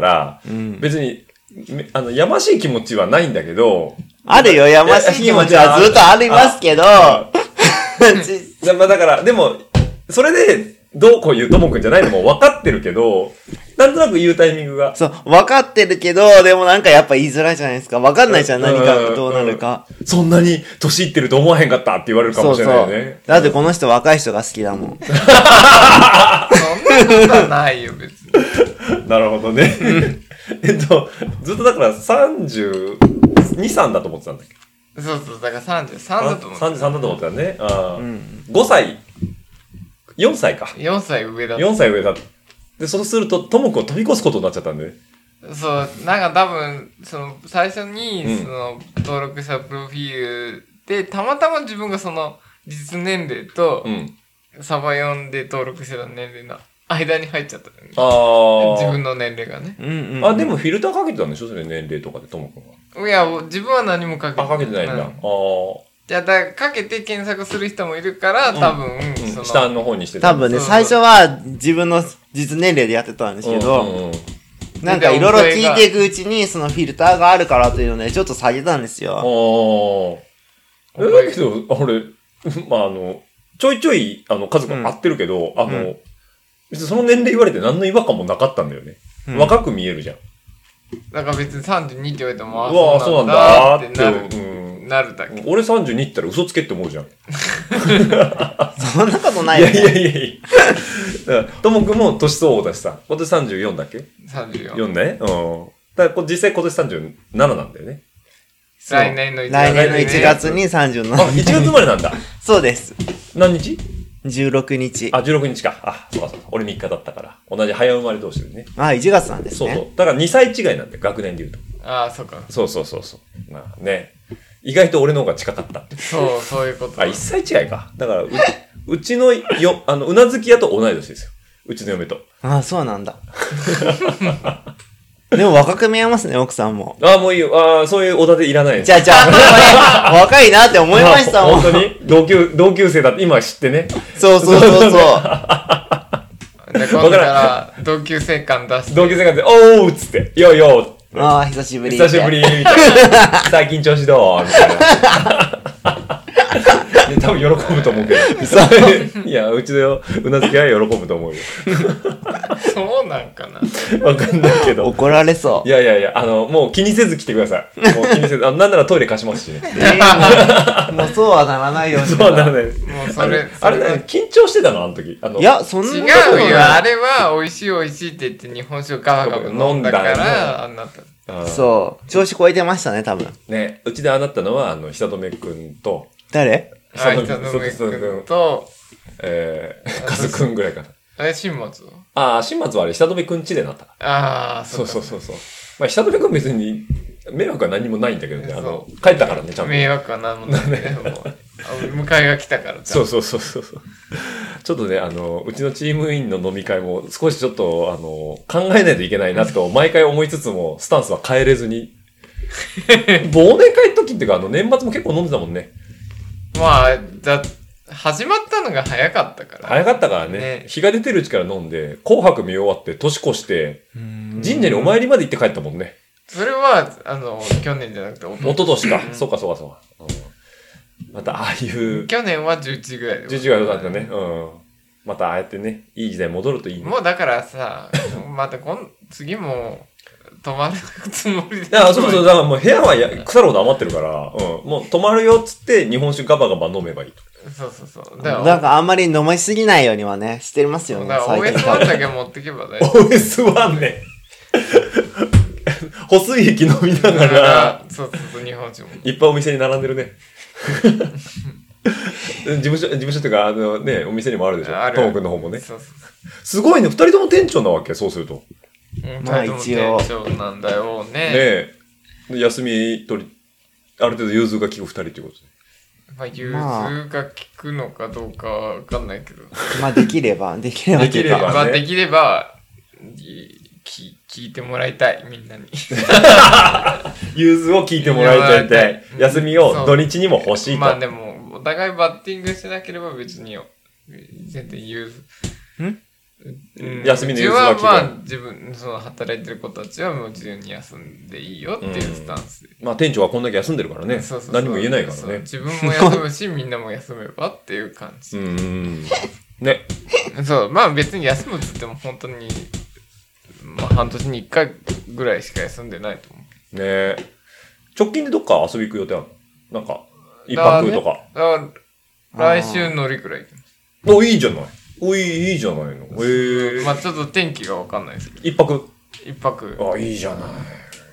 [SPEAKER 3] うん、別に、あの、やましい気持ちはないんだけど、
[SPEAKER 5] あるよ、やましい気持ちはずっとありますけど、ま
[SPEAKER 3] あだから、でも、それで、どうこう言うともくんじゃないのも分かってるけど、なんとなく言うタイミングが。
[SPEAKER 5] そう、分かってるけど、でもなんかやっぱ言いづらいじゃないですか。分かんないじゃん、何かどうなるか。
[SPEAKER 3] そんなに年いってると思わへんかったって言われるかもしれないよね。そうそう
[SPEAKER 5] だってこの人若い人が好きだもん。
[SPEAKER 4] そんなことはないよ、別に。
[SPEAKER 3] なるほどね。えっと、ずっとだからさんじゅうに、さんだと思ってたんだっけ？
[SPEAKER 4] そうそう、だからさんじゅうさんだと思ってた。
[SPEAKER 3] さんじゅうさんだと思ってたね。あうん、ごさい。よんさいか。
[SPEAKER 4] よんさい上だった。
[SPEAKER 3] よんさい上だった。で、そうすると、ともくんを飛び越すことになっちゃったんでね。
[SPEAKER 4] そう、なんか多分、その、最初に、その、登録したプロフィールで、たまたま自分がその、実年齢と、うん、サバよんで登録してた年齢の間に入っちゃった、ね。ああ。自分の年齢がね。
[SPEAKER 3] うんうんうん、あ、でもフィルターかけてたんでしょそれ年齢とかで、ともくんは。
[SPEAKER 4] いや、自分は何もかけて
[SPEAKER 3] ない。あ、かけてないんだ。うん、ああ。
[SPEAKER 4] じゃあ、だかけて検索する人もいるから、多分、うん
[SPEAKER 3] その下の方にしてた。
[SPEAKER 5] 多分ね、最初は自分の実年齢でやってたんですけど、うんうんうん、なんかいろいろ聞いていくうちに、そのフィルターがあるからというので、ちょっと下げたんですよ。あ
[SPEAKER 3] あ。えだけど、俺、まあ、あの、ちょいちょい、あの、数が合ってるけど、うん、あの、うん、別にその年齢言われて何の違和感もなかったんだよね。うん、若く見えるじゃん。
[SPEAKER 4] だから別にさんじゅうにって言われても、
[SPEAKER 3] あ、そうなんだってなる。
[SPEAKER 4] うんなるだけ。
[SPEAKER 3] 俺さんじゅうにって言ったら嘘つけって思うじゃん。
[SPEAKER 5] そんなことないよ、ね。
[SPEAKER 3] いやいやいやいや。ともくんも年相応だしさ、今年さんじゅうよんだっけ ?
[SPEAKER 4] さんじゅうよん。
[SPEAKER 3] よんね。うん。だから実際今年さんじゅうなななんだよね。
[SPEAKER 4] 来年のいち
[SPEAKER 5] がつ。来年のいちがつにさんじゅうなな。
[SPEAKER 3] あ、いちがつ生まれなんだ。
[SPEAKER 5] そうです。
[SPEAKER 3] 何日 ?
[SPEAKER 5] じゅうろくにち。
[SPEAKER 3] あ、じゅうろくにちか。あ、そうかそうか。俺みっかだったから。同じ早生まれ同士でね。
[SPEAKER 5] あ、いちがつなんですね。
[SPEAKER 3] そうそう。だからにさい違いなんだよ、学年で言うと。
[SPEAKER 4] ああ、そうか。
[SPEAKER 3] そうそうそうそう。まあね。意外と俺の方が近かった。
[SPEAKER 4] そう、そういうこと。
[SPEAKER 3] あ、いっさい違いか。だからう、うちのよ、あの、うなずき屋と同い年ですよ。うちの嫁と。
[SPEAKER 5] ああ、そうなんだ。でも若く見えますね、奥さんも。
[SPEAKER 3] ああ、もういいよ。ああ、そういうおだていらないです。
[SPEAKER 5] じゃあじゃあ、若いなって思いましたもん。
[SPEAKER 3] 本当に同級、同級生だって今知ってね。
[SPEAKER 5] そうそうそうそう。
[SPEAKER 4] で、今度から同級生感出して。
[SPEAKER 3] 同級生感で、おーっつって、よよー
[SPEAKER 5] ああ、久しぶり。
[SPEAKER 3] 久しぶりみたいな。最近調子どうみたいな。多分喜ぶと思うけど。いや、うちのうなずきは喜ぶと思うよ。
[SPEAKER 4] そうなんかな。
[SPEAKER 3] わかんないけど。
[SPEAKER 5] 怒られそう。
[SPEAKER 3] いやいやいや、あの、もう気にせず来てください。もう気にせず。あなんならトイレ貸しますしね。
[SPEAKER 5] えー、もうそうはならないように。
[SPEAKER 3] そうはならない。
[SPEAKER 4] もうそれ、
[SPEAKER 3] あれね、緊張してたのあの時。あの
[SPEAKER 5] いや、そんな。
[SPEAKER 4] 違うよ。あれは、美味しい美味しいって言って日本酒をガバガバ飲んだから、あんなった。
[SPEAKER 5] そう。調子超えてましたね、多分。
[SPEAKER 3] ね、うちでああなったのは、あの、久留くんと、
[SPEAKER 5] 誰
[SPEAKER 4] あ、久留くんと、
[SPEAKER 3] えー、カズくんぐらいかな。
[SPEAKER 4] あれ、新松は
[SPEAKER 3] ああ、新松はあれ、久留くん家でなった。
[SPEAKER 4] ああ、
[SPEAKER 3] そうそうそうそう。まあ、久留くん別に、迷惑は何もないんだけどね、あの、帰ったからね、ちゃんと。
[SPEAKER 4] 迷惑は何もないね。迎えが来たから、
[SPEAKER 3] そうそうそうそう。ちょっとね、あの、うちのチーム員の飲み会も少しちょっと、あの、考えないといけないなと、毎回思いつつも、スタンスは変えれずに。忘年会の時っていうか、あの、年末も結構飲んでたもんね。
[SPEAKER 4] まあ、だ、始まったのが早かったから。
[SPEAKER 3] 早かったからね。ね日が出てるうちから飲んで、紅白見終わって、年越して、神社にお参りまで行って帰ったもんね。
[SPEAKER 4] それは、あの、去年じゃなくて、
[SPEAKER 3] 一昨年か。そうかそうかそうか。うん、また、ああいう。
[SPEAKER 4] 去年はじゅういちぐらいで。
[SPEAKER 3] じゅういちぐらいだったね。うん。また、ああやってね、いい時代戻るといいね。
[SPEAKER 4] もうだからさ、またこん、次も、泊まるつもりで。
[SPEAKER 3] あ、そうそう、だからもう部屋はや腐るほど余ってるから、うん。もう泊まるよっつって日本酒ガバガバ飲めばいいと。
[SPEAKER 4] そうそうそう。
[SPEAKER 5] だからなんかあんまり飲みすぎないようにはね、してますよね。
[SPEAKER 4] だから オーエスワン だけ持ってけば大丈
[SPEAKER 3] 夫。オーエスワン ね。保水液飲みながら、
[SPEAKER 4] そうそうそう、日本酒も。
[SPEAKER 3] いっぱいお店に並んでるね。事務所、事務所っていうか、あのね、お店にもあるでしょ。ともくんの方もね。そうそうそう。すごいね、二人とも店長なわけ、そうすると。
[SPEAKER 4] まあ一応。店長なんだよね。ね
[SPEAKER 3] え。休み取り、ある程度融通が利く二人っていうことで。
[SPEAKER 4] まあ融通が利くのかどうかわかんないけど。
[SPEAKER 5] まあできれば、できれば。
[SPEAKER 3] できれば、ね。
[SPEAKER 4] まあできれば、き聞いてもらいたい、みんなに。
[SPEAKER 3] 融通を聞いてもらいたい。休みを土日にも欲しいと。
[SPEAKER 4] まあでも、お互いバッティングしてなければ別によ。全然融通。んうん、休みの融通はまあ自分、その働いてる子たちはもう自由に休んでいいよっていうスタンスで。
[SPEAKER 3] まあ店長はこんだけ休んでるからね。そうそうそう何も言えないからね。
[SPEAKER 4] 自分も休むし、みんなも休めばっていう感じ。うん。
[SPEAKER 3] ね。
[SPEAKER 4] そう、まあ別に休むっつっても本当に、まあ半年にいっかいぐらいしか休んでないと思う。
[SPEAKER 3] ねえ。直近でどっか遊び行く予定あるの？なんか、一泊とか。
[SPEAKER 4] だから、来週乗りくらい行きます。
[SPEAKER 3] お、いいじゃない。おい、いいじゃないの。
[SPEAKER 4] へえ。まあちょっと天気がわかんないですけど。
[SPEAKER 3] 一泊
[SPEAKER 4] 一泊。
[SPEAKER 3] あ、いいじゃない。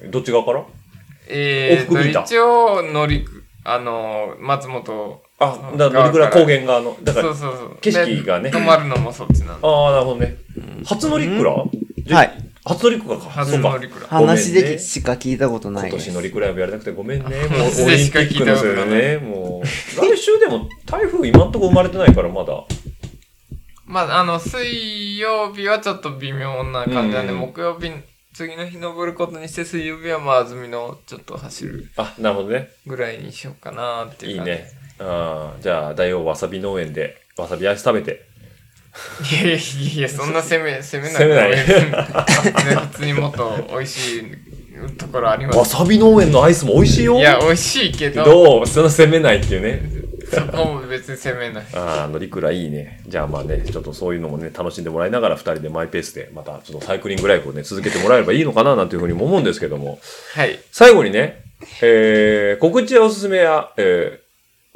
[SPEAKER 3] どっち側から
[SPEAKER 4] えーと、一応乗り、あの、松本。
[SPEAKER 3] あ、だから乗りくら高原側の。だから、
[SPEAKER 4] そうそうそう。
[SPEAKER 3] 景色がね。
[SPEAKER 4] 泊まるのもそっちなんで。
[SPEAKER 3] ああ、なるほどね。初乗りくら
[SPEAKER 5] はい。
[SPEAKER 3] 初乗りくらか。
[SPEAKER 4] 初乗りくら。
[SPEAKER 5] 話でしか聞いたことない。
[SPEAKER 3] 今年乗りくらいもやれなくてごめんね。もう
[SPEAKER 4] 話でしか聞いたことない。
[SPEAKER 3] もう、来週でも台風今んとこ生まれてないからまだ。
[SPEAKER 4] まあ、あの、水曜日はちょっと微妙な感じなんで、木曜日、次の日登ることにして、水曜日はまあ、安住のちょっと走る。
[SPEAKER 3] あ、なるほどね。
[SPEAKER 4] ぐらいにしようかなっていう感じ。
[SPEAKER 3] いいね。ああ、じゃあ、大王わさび農園で、わさびアイス食べて。
[SPEAKER 4] いやいやいや、そんな攻め、攻めない。
[SPEAKER 3] 攻めない。
[SPEAKER 4] 普通にもっと美味しいところあります。
[SPEAKER 3] わさび農園のアイスも美味しいよ。
[SPEAKER 4] いや、美味しいけど。
[SPEAKER 3] どうそんな攻めないっていうね。
[SPEAKER 4] そこも別に攻めない。
[SPEAKER 3] ああ、乗りくらいいね。じゃあまあね、ちょっとそういうのもね、楽しんでもらいながら二人でマイペースで、またちょっとサイクリングライフをね、続けてもらえればいいのかな、なんていうふうにも思うんですけども。
[SPEAKER 4] はい。
[SPEAKER 3] 最後にね、えー、告知やおすすめや、えー、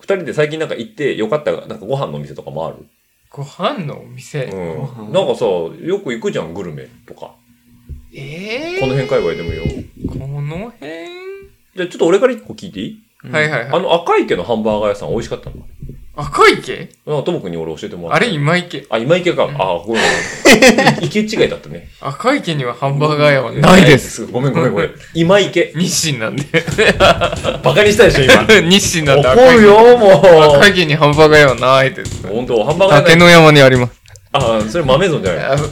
[SPEAKER 3] 二人で最近なんか行ってよかったなんかご飯のお店とかもある？
[SPEAKER 4] ご飯のお店、
[SPEAKER 3] うん、なんかさ、よく行くじゃん、グルメとか。
[SPEAKER 4] ええー、
[SPEAKER 3] この辺界隈でもよ。
[SPEAKER 4] この辺？
[SPEAKER 3] じゃあちょっと俺から一個聞いていい？
[SPEAKER 4] うん、はいはいはい。
[SPEAKER 3] あの赤池のハンバーガー屋さん美味しかったの？
[SPEAKER 4] 赤池？
[SPEAKER 3] あ、ともくんに俺教えてもらった。
[SPEAKER 4] あれ今池。
[SPEAKER 3] あ、今池か。うん、あ、ごめん。池違いだったね。
[SPEAKER 4] 赤池にはハンバーガー屋はないです。
[SPEAKER 3] ごめんごめんごめん。今池。
[SPEAKER 4] 日清なんで。
[SPEAKER 3] バカにしたでしょ、今。
[SPEAKER 4] 日清なんで。
[SPEAKER 3] 怒るよ、もう。
[SPEAKER 4] 赤池にハンバーガー屋はないです。
[SPEAKER 3] 本当ハンバーガー屋。
[SPEAKER 4] 竹の山にあります。
[SPEAKER 3] あ、それ豆ゾンじゃない
[SPEAKER 4] あ、うん、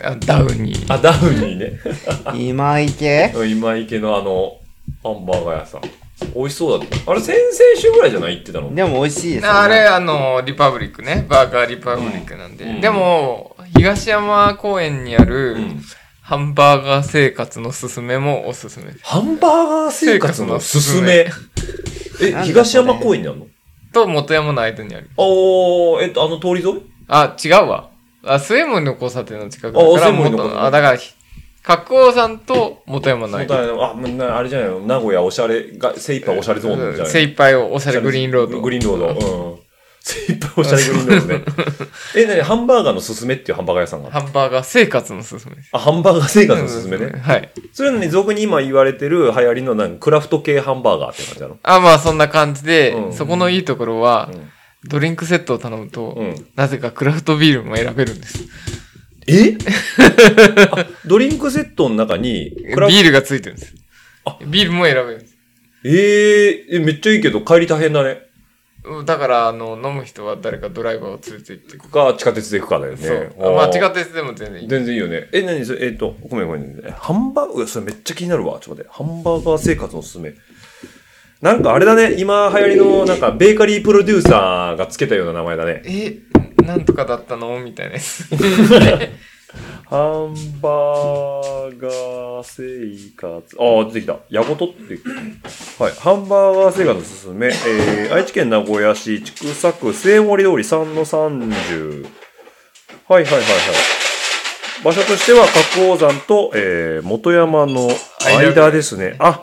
[SPEAKER 4] あダウニー。
[SPEAKER 3] あ、ダウニーね。
[SPEAKER 5] 今池
[SPEAKER 3] 今池のあの、ハンバーガー屋さん。美味しそうだった。あれ先々週ぐらいじゃない言ってたの？
[SPEAKER 5] でも美味しいですね。
[SPEAKER 4] あれ、あの、リパブリックね。バーガーリパブリックなんで。うん、でも、東山公園にある、うん、ハンバーガー生活のすすめもおすすめです。
[SPEAKER 3] ハンバーガー生活のすすめえ、東山公園にあるの？
[SPEAKER 4] と、元山の間にある。
[SPEAKER 3] おー、えっと、あの通り沿い？
[SPEAKER 4] あ、違うわ。あ、末森の交差点の近くだから。あ、末森の交差点。あ、だから、角王山と元山の間。
[SPEAKER 3] あ、あれじゃないの？名古屋おしゃれが、精一杯おしゃれゾーンじゃないの？
[SPEAKER 4] 精一杯おしゃれグリーンロード。
[SPEAKER 3] グリーンロード。うん。精一杯おしゃれグリーンロードね。え、なにハンバーガーのすすめっていうハンバーガー屋さんが？
[SPEAKER 4] ハンバーガー生活のすすめです。
[SPEAKER 3] あ、ハンバーガー生活のすすめね。
[SPEAKER 4] はい。
[SPEAKER 3] それなのに俗に今言われてる流行りのなんかクラフト系ハンバーガーって感じなの？
[SPEAKER 4] あ、まあそんな感じで、うん、そこのいいところは、うん、ドリンクセットを頼むと、うん、なぜかクラフトビールも選べるんです。
[SPEAKER 3] えあ、ドリンクセットの中に
[SPEAKER 4] ビールがついてるんです。あ、ビールも選べるんです。
[SPEAKER 3] えー、え、めっちゃいいけど帰り大変だね。
[SPEAKER 4] だから、あの、飲む人は誰かドライバーを連れて行っていく
[SPEAKER 3] か、地下鉄で行くかだよね。
[SPEAKER 4] そう。まあ、地下鉄でも全然いい。
[SPEAKER 3] 全然いいよね。え、何それ、えっ、ー、と、ごめんごめん。ハンバーガー、それめっちゃ気になるわ。ちょっと待って。ハンバーガー生活のおすすめ。なんかあれだね。今流行りの、なんか、ベーカリープロデューサーがつけたような名前だね。
[SPEAKER 4] え、なんとかだったのみたいなやつ。
[SPEAKER 3] ハンバーガー生活。ああ、出てきた。ヤゴトって。はい。ハンバーガー生活のすすめ。えー、愛知県名古屋市千種区末森通りさんのさんじゅう。はいはいはいはい。場所としては角王山と、えー、元山の間ですね。あ、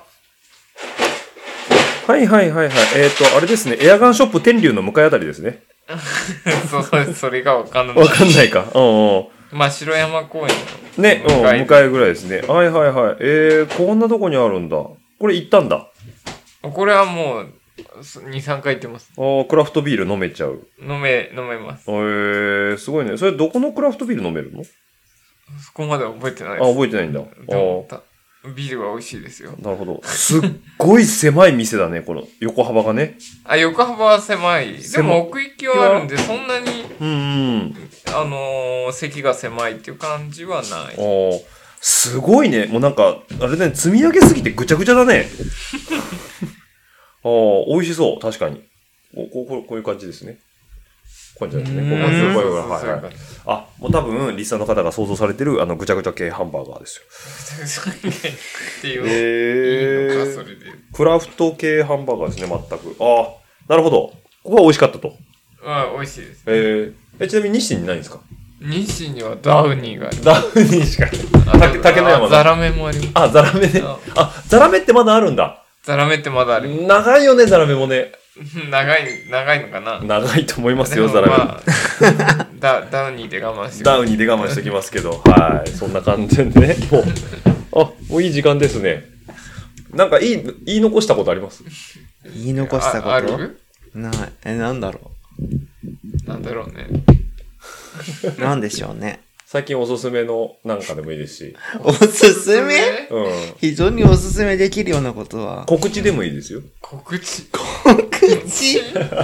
[SPEAKER 3] はいはいはいはい。えっ、ー、と、あれですね。エアガンショップ天竜の向かいあたりですね。
[SPEAKER 4] そう、それがわかんない。
[SPEAKER 3] わかんないか。うんうん。
[SPEAKER 4] まあ、城山公園
[SPEAKER 3] の。ね、うん、向かいぐらいですね。はいはいはい。えー、こんなとこにあるんだ。これ行ったんだ。
[SPEAKER 4] これはもう、に、さんかい行ってます。
[SPEAKER 3] ああ、クラフトビール飲めちゃう。
[SPEAKER 4] 飲め、飲めます。
[SPEAKER 3] えー、すごいね。それどこのクラフトビール飲めるの？
[SPEAKER 4] そこまでは覚えてないです。
[SPEAKER 3] あ、覚えてないんだ。あ
[SPEAKER 4] ビールは美味しいですよ。
[SPEAKER 3] なるほど。すっごい狭い店だね、この横幅がね。
[SPEAKER 4] あ、横幅は狭い。でも奥行きはあるんで、そんなに、
[SPEAKER 3] うんうん、
[SPEAKER 4] あのー、席が狭いっていう感じはない。
[SPEAKER 3] あすごいね。もうなんか、あれね、積み上げすぎてぐちゃぐちゃだね。ああ、美味しそう。確かに。こう、こう、こういう感じですね。こういう感じですね。こういう感じ。はいはい。あ、もう多分、リスナーの方が想像されてる、あの、ぐちゃぐちゃ系ハンバーガーですよ。
[SPEAKER 4] っていう。えー、いいのか、それで。
[SPEAKER 3] クラフト系ハンバーガーですね、全く。ああ、なるほど。ここは美味しかったと。
[SPEAKER 4] ああ、美味しいです、ね。
[SPEAKER 3] えー、え、ちなみに日清にないんですか？
[SPEAKER 4] 日清にはダウニーがある。
[SPEAKER 3] ダウニーしかない。竹の山の。
[SPEAKER 4] ザラメもあります。
[SPEAKER 3] あ、ザラメね。あ、ザラメってまだあるんだ。
[SPEAKER 4] ザラメってまだある。
[SPEAKER 3] 長いよね、ザラメもね。
[SPEAKER 4] 長い、長いのかな？長
[SPEAKER 3] いと思いますよ、ザラメ。
[SPEAKER 4] まあ、ダ, ダウニーで我慢して
[SPEAKER 3] ダウニーで我慢しておきますけど、はい。そんな感じでね。もう、あ、もういい時間ですね。なんか言い、言い残したことあります？
[SPEAKER 5] 言い残したこと？
[SPEAKER 4] あ, ある？
[SPEAKER 5] ない。え、なんだろ
[SPEAKER 4] う。なんだろうね。
[SPEAKER 5] なんでしょうね。
[SPEAKER 3] 最近おすすめのなんかでもいいですし。
[SPEAKER 5] おすすめ？
[SPEAKER 3] うん。
[SPEAKER 5] 非常におすすめできるようなことは。
[SPEAKER 3] 告知でもいいですよ。
[SPEAKER 4] 告知？
[SPEAKER 5] 告知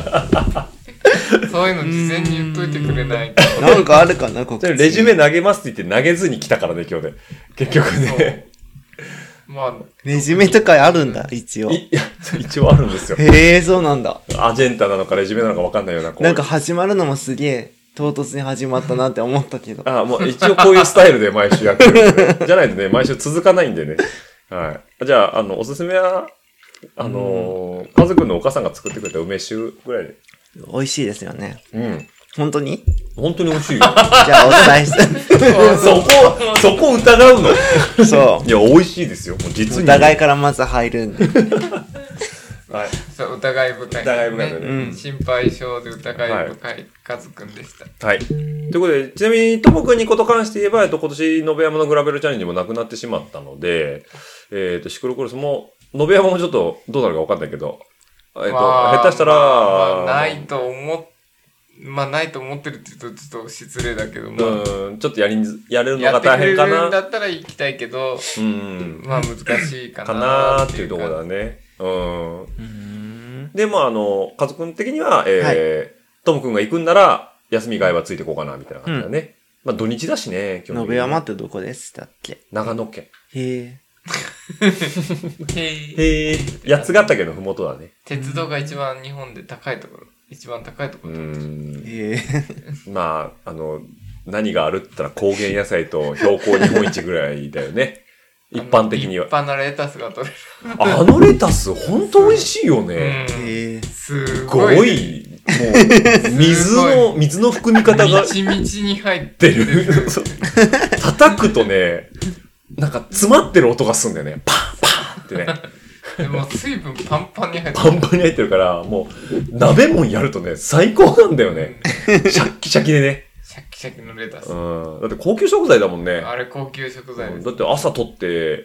[SPEAKER 4] そういうの事前に言っといてくれないと。
[SPEAKER 5] なんかあるかな、告知。
[SPEAKER 3] レジュメ投げますって言って投げずに来たからね、今日で。結局ね。
[SPEAKER 4] まあ、
[SPEAKER 5] レジュメとかあるんだ、一応。
[SPEAKER 3] いや、一応あるんですよ。
[SPEAKER 5] へえ、そうなんだ。
[SPEAKER 3] アジェンタなのかレジュメなのか分かんないような。
[SPEAKER 5] なんか始まるのもすげえ。唐突に始まったなって思ったけど。
[SPEAKER 3] ああ、もう一応こういうスタイルで毎週やってるんで、ね。じゃないとね、毎週続かないんでね。はい。じゃあ、あの、おすすめは、あのー、家族のお母さんが作ってくれた梅酒ぐらいで。
[SPEAKER 5] 美味しいですよね。
[SPEAKER 3] うん。
[SPEAKER 5] 本当に？
[SPEAKER 3] 本当に美味しいよ。
[SPEAKER 5] じゃあ、お伝えして。
[SPEAKER 3] そこ、そこ疑うの？
[SPEAKER 5] そう。
[SPEAKER 3] いや、美味しいですよ。もう実に。
[SPEAKER 5] 疑いからまず入るんで。
[SPEAKER 3] はい。
[SPEAKER 4] そう、疑い深い、
[SPEAKER 3] 疑い深いね、
[SPEAKER 5] うん。
[SPEAKER 4] 心配性で疑い深いカズくんでした。
[SPEAKER 3] はい。ということで、ちなみに、ともくんにこと関して言えば、えっと、今年、延山のグラベルチャレンジもなくなってしまったので、えっと、シクロクロスも、延山もちょっと、どうなるかわかんないけど、えっと、
[SPEAKER 4] まあ、
[SPEAKER 3] 下手したら、
[SPEAKER 4] まあまあ、ないと思っ、まあ、ないと思ってるって言うと、ちょっと失礼だけども。
[SPEAKER 3] うん、ちょっとやりず、やれるの
[SPEAKER 4] や
[SPEAKER 3] が大変かな。
[SPEAKER 4] ってくれるんだったら行きたいけど、
[SPEAKER 3] うん。
[SPEAKER 4] まあ、難しいかな。
[SPEAKER 3] かなーっていうところだね。うん。
[SPEAKER 5] うん
[SPEAKER 3] で、まあ、あの、カズくん的には、えー、ともくんが行くんなら、休みが合えばついてこうかな、みたいな感じだね。うん、まあ、土日だしね、
[SPEAKER 5] 今日。延山ってどこでしたっけ？
[SPEAKER 3] 長野県。
[SPEAKER 5] へ
[SPEAKER 4] へ
[SPEAKER 3] ー。へー。八ヶ岳のふもとだね。
[SPEAKER 4] 鉄道が一番日本で高いところ。一番高いところ。
[SPEAKER 3] うん。
[SPEAKER 5] へ
[SPEAKER 3] ー。まあ、あの、何があるって言ったら高原野菜と標高日本一ぐらいだよね。一般的には。
[SPEAKER 4] 立派なレタスが取れる。
[SPEAKER 3] あのレタス、ほんと美味しいよね。うん、
[SPEAKER 5] へー。
[SPEAKER 4] すごい。
[SPEAKER 3] すごい。もう、水の、水の含み方が。
[SPEAKER 4] みちみちに入ってる。
[SPEAKER 3] 叩くとね、なんか詰まってる音がするんだよね。パンパンってね。
[SPEAKER 4] でも水分パンパンに入って
[SPEAKER 3] る。パンパンに入ってるから、もう、鍋もんやるとね、最高なんだよね。シャッキシャキでね。
[SPEAKER 4] シャッキシャキのレタス。
[SPEAKER 3] うん。だって高級食材だもんね。
[SPEAKER 4] あれ高級食材です、
[SPEAKER 3] うん。だって朝取って、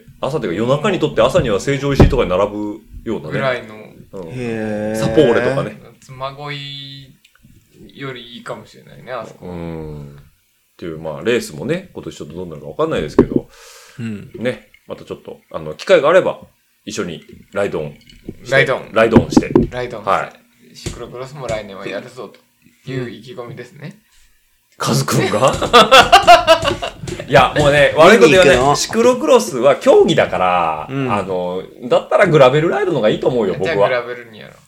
[SPEAKER 3] 朝っていうか夜中に取って朝には成城石井とかに並ぶようなね。
[SPEAKER 4] ぐらいの。
[SPEAKER 3] うん、へー。サポーレとかね。
[SPEAKER 4] 妻恋よりいいかもしれないね、あそこ。
[SPEAKER 3] うん。っていう、まあ、レースもね、今年ちょっとどうなるかわかんないですけど、
[SPEAKER 5] うん。
[SPEAKER 3] ね、またちょっと、あの、機会があれば、一緒にライドオン。
[SPEAKER 4] ライドオン。
[SPEAKER 3] ライドオンして。
[SPEAKER 4] ライドオンして。はい。シクロクロスも来年はやるぞ、という意気込みですね。
[SPEAKER 3] カズくんがいや、もうね、悪いこと言わない。シクロクロスは競技だから、うん、あの、だったらグラベルライドのがいいと思うよ、僕は。
[SPEAKER 4] じゃあグラベルにやろう。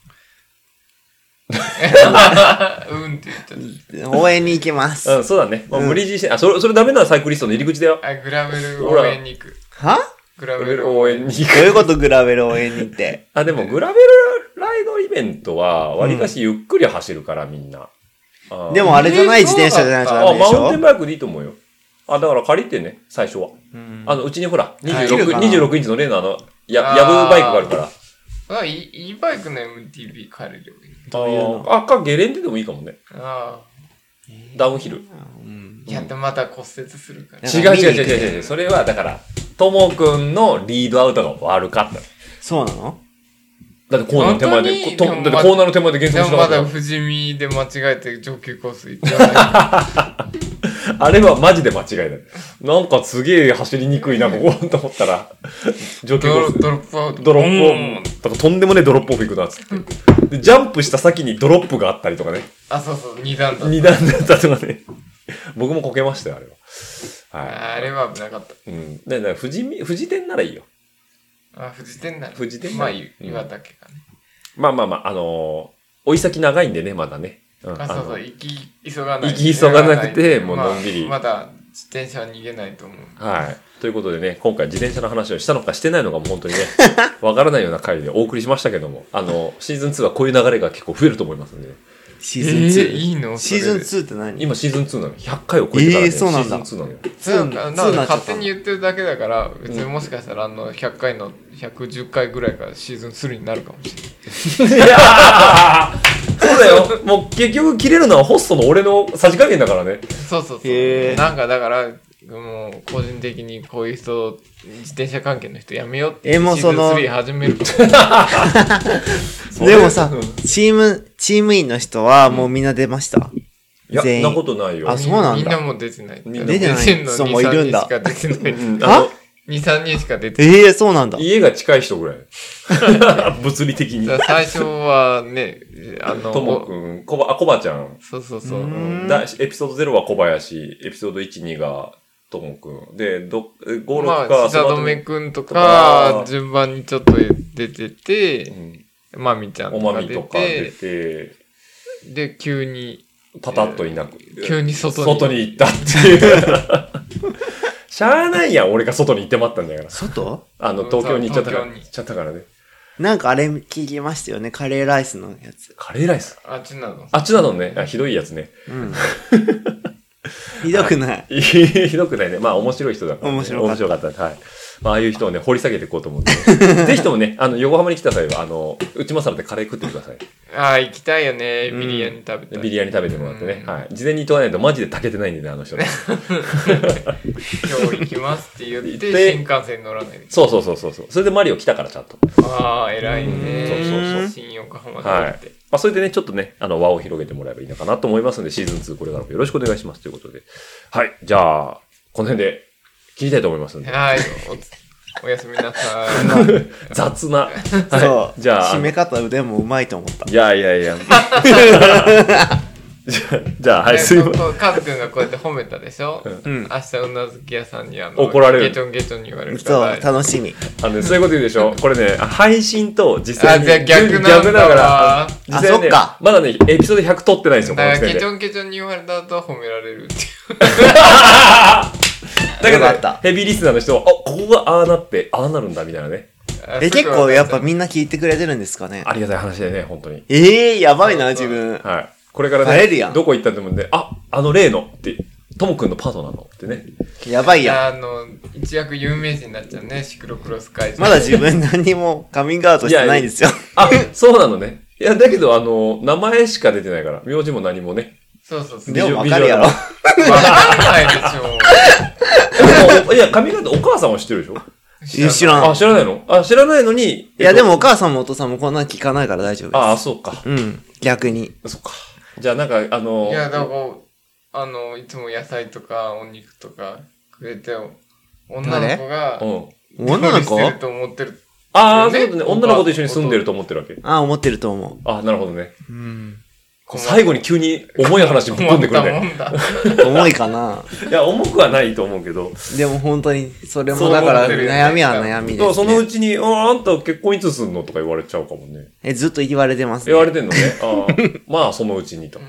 [SPEAKER 4] うんって言っちゃった。
[SPEAKER 5] 応援に行きます。
[SPEAKER 3] うん、そうだね。まあ、無理強いして、あ、それ、それダメならサイクリストの入り口だよ。
[SPEAKER 4] あ、グラベル応援に行く。
[SPEAKER 5] は
[SPEAKER 4] グラベル応援に行く。
[SPEAKER 5] どういうことグラベル応援に行って。
[SPEAKER 3] あ、でもグラベルライドイベントは、わりかしゆっくり走るから、みんな。
[SPEAKER 5] うん、でもあれじゃない自転車じゃないとダメでしょ。
[SPEAKER 3] あ、マウンテンバイクでいいと思うよ。あ、だから借りてね、最初は。うん、あの、うちにほら、にじゅうろく、にじゅうろくインチの例のあの、や、やぶバイクがあるから。
[SPEAKER 4] あ、いいバイクの エムティービー 借りればいい。
[SPEAKER 3] どういうの？あ、か、ゲレンデでもいいかもね。
[SPEAKER 4] ああ。
[SPEAKER 3] ダウンヒル。
[SPEAKER 4] うん、いや、でもまた骨折するから。
[SPEAKER 3] 違う違う違う違う違う。それは、だから、ともくんのリードアウトが悪かった。
[SPEAKER 5] そうなの？
[SPEAKER 3] だってコーナーの手前で、だってコーナーの手前で減速しなかった。
[SPEAKER 4] でもまだ富士見で間違えて上級コース行ってない。
[SPEAKER 3] あれはマジで間違いだ。なんかすげえ走りにくいな、ここと思ったら、上級コース。
[SPEAKER 4] ドロップアウト。
[SPEAKER 3] ドロップオフ。だからとんでもねえドロップオフ行くな、つって。で、ジャンプした先にドロップがあったりとかね。
[SPEAKER 4] あ、そうそう、二段だった。
[SPEAKER 3] 二段だったとかね。僕もこけましたよ、あれは。
[SPEAKER 4] はい。あれは危なかった。
[SPEAKER 3] うん。だから富士見、富士店ならいいよ。
[SPEAKER 4] あ、富士店なら。
[SPEAKER 3] 富士店
[SPEAKER 4] まあ、岩岳かね。
[SPEAKER 3] まあまあまあ、あのー、追い先長いんでね、まだね。
[SPEAKER 4] うん、あ、そうそう、行き急がない。
[SPEAKER 3] 行き急がなくて、もうのんびり。
[SPEAKER 4] まだ自転車は逃げないと思う。
[SPEAKER 3] はい。ということでね、今回自転車の話をしたのかしてないのかも本当にね、わからないような回でお送りしましたけども、あの、シーズンツーはこういう流れが結構増えると思いますんで、ね。
[SPEAKER 5] シーズンツー、
[SPEAKER 4] えー、いいの
[SPEAKER 5] シーズンツーって何？
[SPEAKER 3] 今シーズンツーなの。ひゃっかいを超えてからね、
[SPEAKER 5] えー、そうなんだ。
[SPEAKER 3] シーズンツーなのよ。
[SPEAKER 4] ツーなんだ、勝手に言ってるだけだから、別にもしかしたらあの、ひゃっかいのひゃくじゅっかいぐらいからシーズンスリーになるかもしれない。いや
[SPEAKER 3] ーそうだよ。もう結局切れるのはホストの俺のさじ加減だからね。
[SPEAKER 4] そうそうそう。なんかだから、もう個人的にこういう人、自転車関係の人やめようって。
[SPEAKER 5] え、もうその。
[SPEAKER 4] シーズンスリー始める。
[SPEAKER 5] でもさ、チーム、チーム員の人はもうみんな出ました。
[SPEAKER 3] いや、そんなことないよ。
[SPEAKER 5] あ、そうなんだ。
[SPEAKER 4] みんなも出てない。
[SPEAKER 5] 出てない人もいるんだ。
[SPEAKER 4] に、さんにんしか出てない。
[SPEAKER 5] は ?
[SPEAKER 4] に、さんにんしか出てない。
[SPEAKER 5] ええー、そうなんだ。
[SPEAKER 3] 家が近い人ぐらい。物理的に。
[SPEAKER 4] 最初はね、あの、
[SPEAKER 3] ともくん、こば、あ、こばちゃん。
[SPEAKER 4] そうそうそう。
[SPEAKER 3] うんだエピソードゼロは小林、エピソードいち、にがともくん。で、ど、ご、ろくか、
[SPEAKER 4] まあ、久留くんとか、順番にちょっと出てて、うん、まみちゃんとか出て、おまみとか出て、で、急に、
[SPEAKER 3] パタッといなく、
[SPEAKER 4] 急に外に。
[SPEAKER 3] 外に行ったっていう。しゃあないやん、俺が外に行って待ったんだから。
[SPEAKER 5] 外？
[SPEAKER 3] あの、東京に行っちゃったから、行っちゃったからね。
[SPEAKER 5] なんかあれ聞きましたよね、カレーライスのやつ。
[SPEAKER 3] カレーライス
[SPEAKER 4] あっちなの
[SPEAKER 3] あっちなのね。あ、ひどいやつね。
[SPEAKER 5] うん。 ひどくない。
[SPEAKER 3] ひどくないね。まあ面白い人だから、ね。
[SPEAKER 5] 面白かった。
[SPEAKER 3] 面白かった。はい。まあああいう人をね、掘り下げていこうと思うんで、ね。ぜひともね、あの、横浜に来た際は、あの、内間さらでカレー食ってください。
[SPEAKER 4] ああ、行きたいよね。ビリヤニ食べて、
[SPEAKER 3] うん。ビリヤニ食べてもらってね。はい。事前に言っとかないとマジで炊けてないんでね、あの人ね。
[SPEAKER 4] 今日行きますって言って、新幹線乗らないで。
[SPEAKER 3] そうそうそうそう。それでマリオ来たからちゃんと。
[SPEAKER 4] ああ、偉いね。
[SPEAKER 3] そうそうそう。
[SPEAKER 4] 新横浜で行って。
[SPEAKER 3] はい。まあ、それでね、ちょっとね、あの、輪を広げてもらえばいいのかなと思いますので、シーズンツーこれからもよろしくお願いしますということで。はい。じゃあ、この辺で切りたいと思いますんで。
[SPEAKER 4] はい。お, おやすみなさい。
[SPEAKER 3] 雑な。はい、
[SPEAKER 5] そう。
[SPEAKER 3] じゃあ。
[SPEAKER 5] 締め方腕もうまいと思った。
[SPEAKER 3] いやいやいや。じゃあ、じゃあはい、すいません。
[SPEAKER 4] カズくんがこうやって褒めたでしょ、うん、明日うなずき屋さんにあの、
[SPEAKER 3] 怒られる。
[SPEAKER 4] ゲチョンゲチョンに言われるか
[SPEAKER 5] ら。そう、楽しみ。
[SPEAKER 3] あの、ね、そういうこと言うでしょこれね、配信と実際に。
[SPEAKER 4] あ、じゃあ逆なんだから。
[SPEAKER 5] 実際に、ね、あ、そっか。
[SPEAKER 3] まだね、エピソードひゃく撮ってないんですよ、
[SPEAKER 4] だからゲチョンゲチョンに言われた後は褒められるっていう。
[SPEAKER 3] だけど、ね、ヘビーリスナーの人は、あ、ここがああなって、ああなるんだ、みたいなね。
[SPEAKER 5] え、結構やっぱみんな聞いてくれてるんですかね。
[SPEAKER 3] ありがたい話でね、本当に。
[SPEAKER 5] ええー、やばいな、自分。
[SPEAKER 3] はい。これからね、どこ行ったってもんで、あ、あの例のって、ともくんのパートナーのってね。
[SPEAKER 5] やばいやん。
[SPEAKER 4] あの、一躍有名人になっちゃうね、シクロクロス会場。
[SPEAKER 5] まだ自分何にもカミングアウトしてないんですよ。
[SPEAKER 3] あ、そうなのね。いや、だけど、あの、名前しか出てないから、名字も何もね。
[SPEAKER 4] そうそうそう。
[SPEAKER 5] でも分かるやろ。
[SPEAKER 4] 分かんないでし
[SPEAKER 3] ょ。いや、カミングアウトお母さんは知ってるでしょ
[SPEAKER 5] 知らん。
[SPEAKER 3] あ、知らないのあ、知らないのに。
[SPEAKER 5] いや、でもお母さんもお父さんもこんな聞かないから大丈夫です。
[SPEAKER 3] ああ、そうか。
[SPEAKER 5] うん。逆に。
[SPEAKER 3] そうか。じゃあなんか、あのー、
[SPEAKER 4] いや、だからこう、あの、いつも野菜とかお肉とかくれて、女の子が、
[SPEAKER 5] うん。女の子
[SPEAKER 4] してると思ってる。
[SPEAKER 3] ああ、そういうことね。女の子と一緒に住んでると思ってるわけ。
[SPEAKER 5] ああ、思ってると思う。
[SPEAKER 3] ああ、なるほどね。
[SPEAKER 5] うん。
[SPEAKER 3] 最後に急に重い話ぶっ込んでくるね。
[SPEAKER 5] 重いかな。
[SPEAKER 3] いや、重くはないと思うけど。
[SPEAKER 5] でも本当に、それもだから悩みは悩みです、ね。
[SPEAKER 3] そのうちに、あ、あんた結婚いつすんのとか言われちゃうかもね。
[SPEAKER 5] え、ずっと言われてますね。
[SPEAKER 3] 言われてんのね。あまあ、そのうちにと。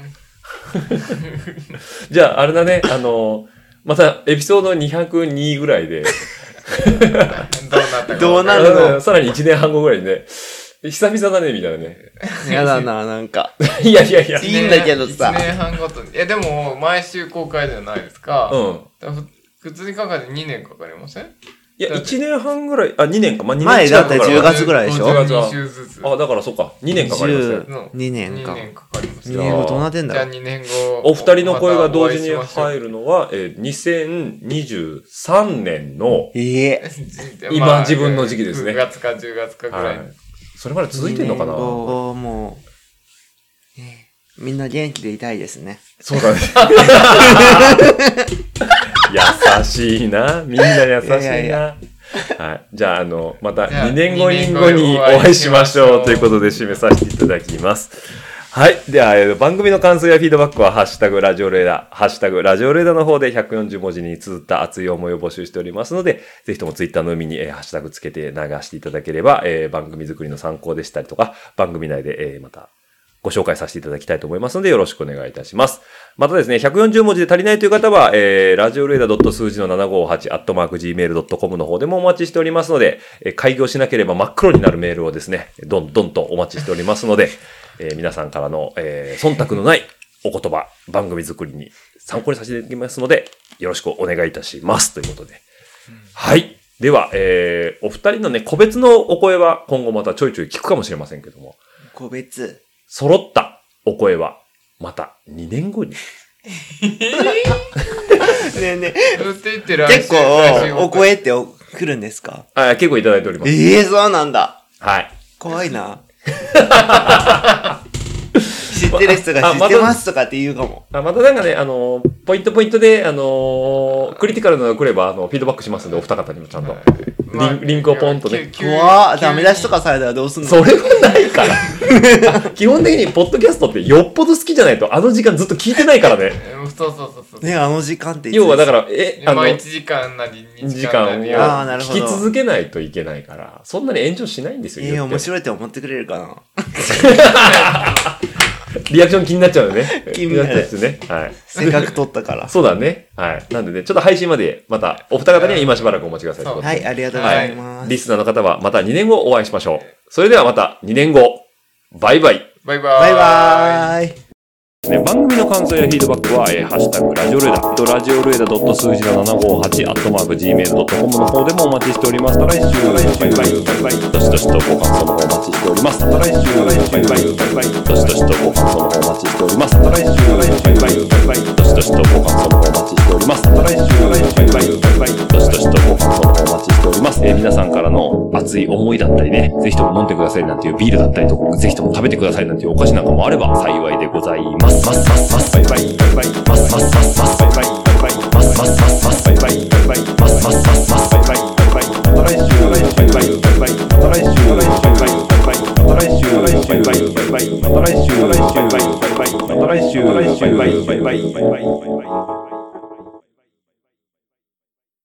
[SPEAKER 3] じゃあ、あれだね、あの、またエピソードにひゃくにぐらいで。
[SPEAKER 4] どうなったか。
[SPEAKER 5] どうなるの
[SPEAKER 3] さらにいちねんはんごぐらいでね。久々だね、みたいなね。
[SPEAKER 5] やだな、なんか。
[SPEAKER 3] いやいやいや。
[SPEAKER 5] いいんだけどさ。
[SPEAKER 4] いちねんはんごとに。いや、でも、毎週公開じゃないですか。
[SPEAKER 3] うん。
[SPEAKER 4] 普通に考えてにねんかかりません？
[SPEAKER 3] いや、いちねんはんぐらい、あ、にねんか。まあ、にねん
[SPEAKER 5] 前だってじゅうがつぐらいでしょ ?じゅう
[SPEAKER 4] がつ。ずつ。
[SPEAKER 3] あ、だからそうか。にねんかかります
[SPEAKER 5] ね。にねんか。
[SPEAKER 4] にねんかかります。
[SPEAKER 5] にねんごどうなってんだ
[SPEAKER 4] じゃあにねんご。
[SPEAKER 3] お二人の声が同時に入るのは、えー、にせんにじゅうさんねんの、
[SPEAKER 5] ええ
[SPEAKER 3] 今自分の時期ですね。
[SPEAKER 4] くがつかじゅうがつかぐらい。
[SPEAKER 3] それまで続いてんのかな？
[SPEAKER 5] もう、みんな元気でいたいですね。
[SPEAKER 3] そうだね。優しいな。みんな優しいな。いやいやはい。じゃあ、あの、またにねんごに後にお会いしましょうということで締めさせていただきます。はい。では、えー、番組の感想やフィードバックは、ハッシュタグラジオレーダー、ハッシュタグラジオレーダーの方でひゃくよんじゅう文字に綴った熱い思いを募集しておりますので、ぜひともツイッターの海に、えー、ハッシュタグつけて流していただければ、えー、番組作りの参考でしたりとか、番組内で、えー、またご紹介させていただきたいと思いますので、よろしくお願いいたします。またですね、ひゃくよんじゅう文字で足りないという方は、えー、ラジオレーダー数字のななごはちアットマークジーメールドットコム の方でもお待ちしておりますので、えー、開業しなければ真っ黒になるメールをですね、どんどんとお待ちしておりますので、えー、皆さんからの、えー、忖度のないお言葉、番組作りに参考にさせていただきますので、よろしくお願いいたします。ということで。うん、はい。では、えー、お二人のね、個別のお声は今後またちょいちょい聞くかもしれませんけども。
[SPEAKER 5] 個別
[SPEAKER 3] 揃ったお声は、またにねんごに。ね
[SPEAKER 5] えね
[SPEAKER 4] え。
[SPEAKER 5] 結構、お声って来るんですか？
[SPEAKER 3] あ、結構いただいております。
[SPEAKER 5] ええー、そうなんだ。
[SPEAKER 3] はい。
[SPEAKER 5] 怖いな。知ってる人が知ってますとかって言うかも。
[SPEAKER 3] あ、またなんかね、あの、ポイントポイントで、あの、クリティカルなのが来れば、あの、フィードバックしますんで、お二方にもちゃんと。リン, リンクをポンとね。
[SPEAKER 5] 怖っ、ダメ出しとかされたらどうすんの？
[SPEAKER 3] それはないから。基本的に、ポッドキャストってよっぽど好きじゃないと、あの時間ずっと聞いてないからね。
[SPEAKER 4] そうそうそうそう。
[SPEAKER 5] ね、あの時間って
[SPEAKER 3] 要はだから、え、
[SPEAKER 4] あの、いちじかんなりにじかんなり。
[SPEAKER 3] ああ、なるほど。聞き続けないといけないから、そんなに炎上しないんですよ。
[SPEAKER 5] ええー、面白いって思ってくれるかな。
[SPEAKER 3] リアクション気になっちゃうよね。
[SPEAKER 5] 気になっちゃ
[SPEAKER 3] うね。はい。
[SPEAKER 5] せっかく撮ったから。
[SPEAKER 3] そうだね。はい。なんでね、ちょっと配信まで、また、お二方には今しばらくお待ちください。
[SPEAKER 5] はい、ありがとうございます、
[SPEAKER 3] はい。リスナーの方はまたにねんごお会いしましょう。それではまたにねんご。バイバイ。
[SPEAKER 4] バイバイ。
[SPEAKER 5] バイバイ。
[SPEAKER 3] ね、番組の感想やフィードバックは、えー、ハッシュタグラジオルエダ、ラジオルエダ数字のななごはち、アットマーク ジーメールドットコム の方でもお待ちしております。来週、バイバイ、バイバイ、どしどしとご感想の方お待ちしております。来週、バイバイ、バイバイ、どしどしとご感想の方お待ちしております。来週、バイバイ、バイバイ、どしどしとご感想の方お待ちしております。来週、バイバイ、バイバイ、どしどしとご感想の方お待ちしております。えー、皆さんからの熱い思いだったりね、ぜひとも飲んでくださいなんていうビールだったりとか、ぜひとも食べてくださいなんていうお菓子なんかもあれば幸いでございます。ますますますバイバイバイバイますますますますバイバイバイバイますますますます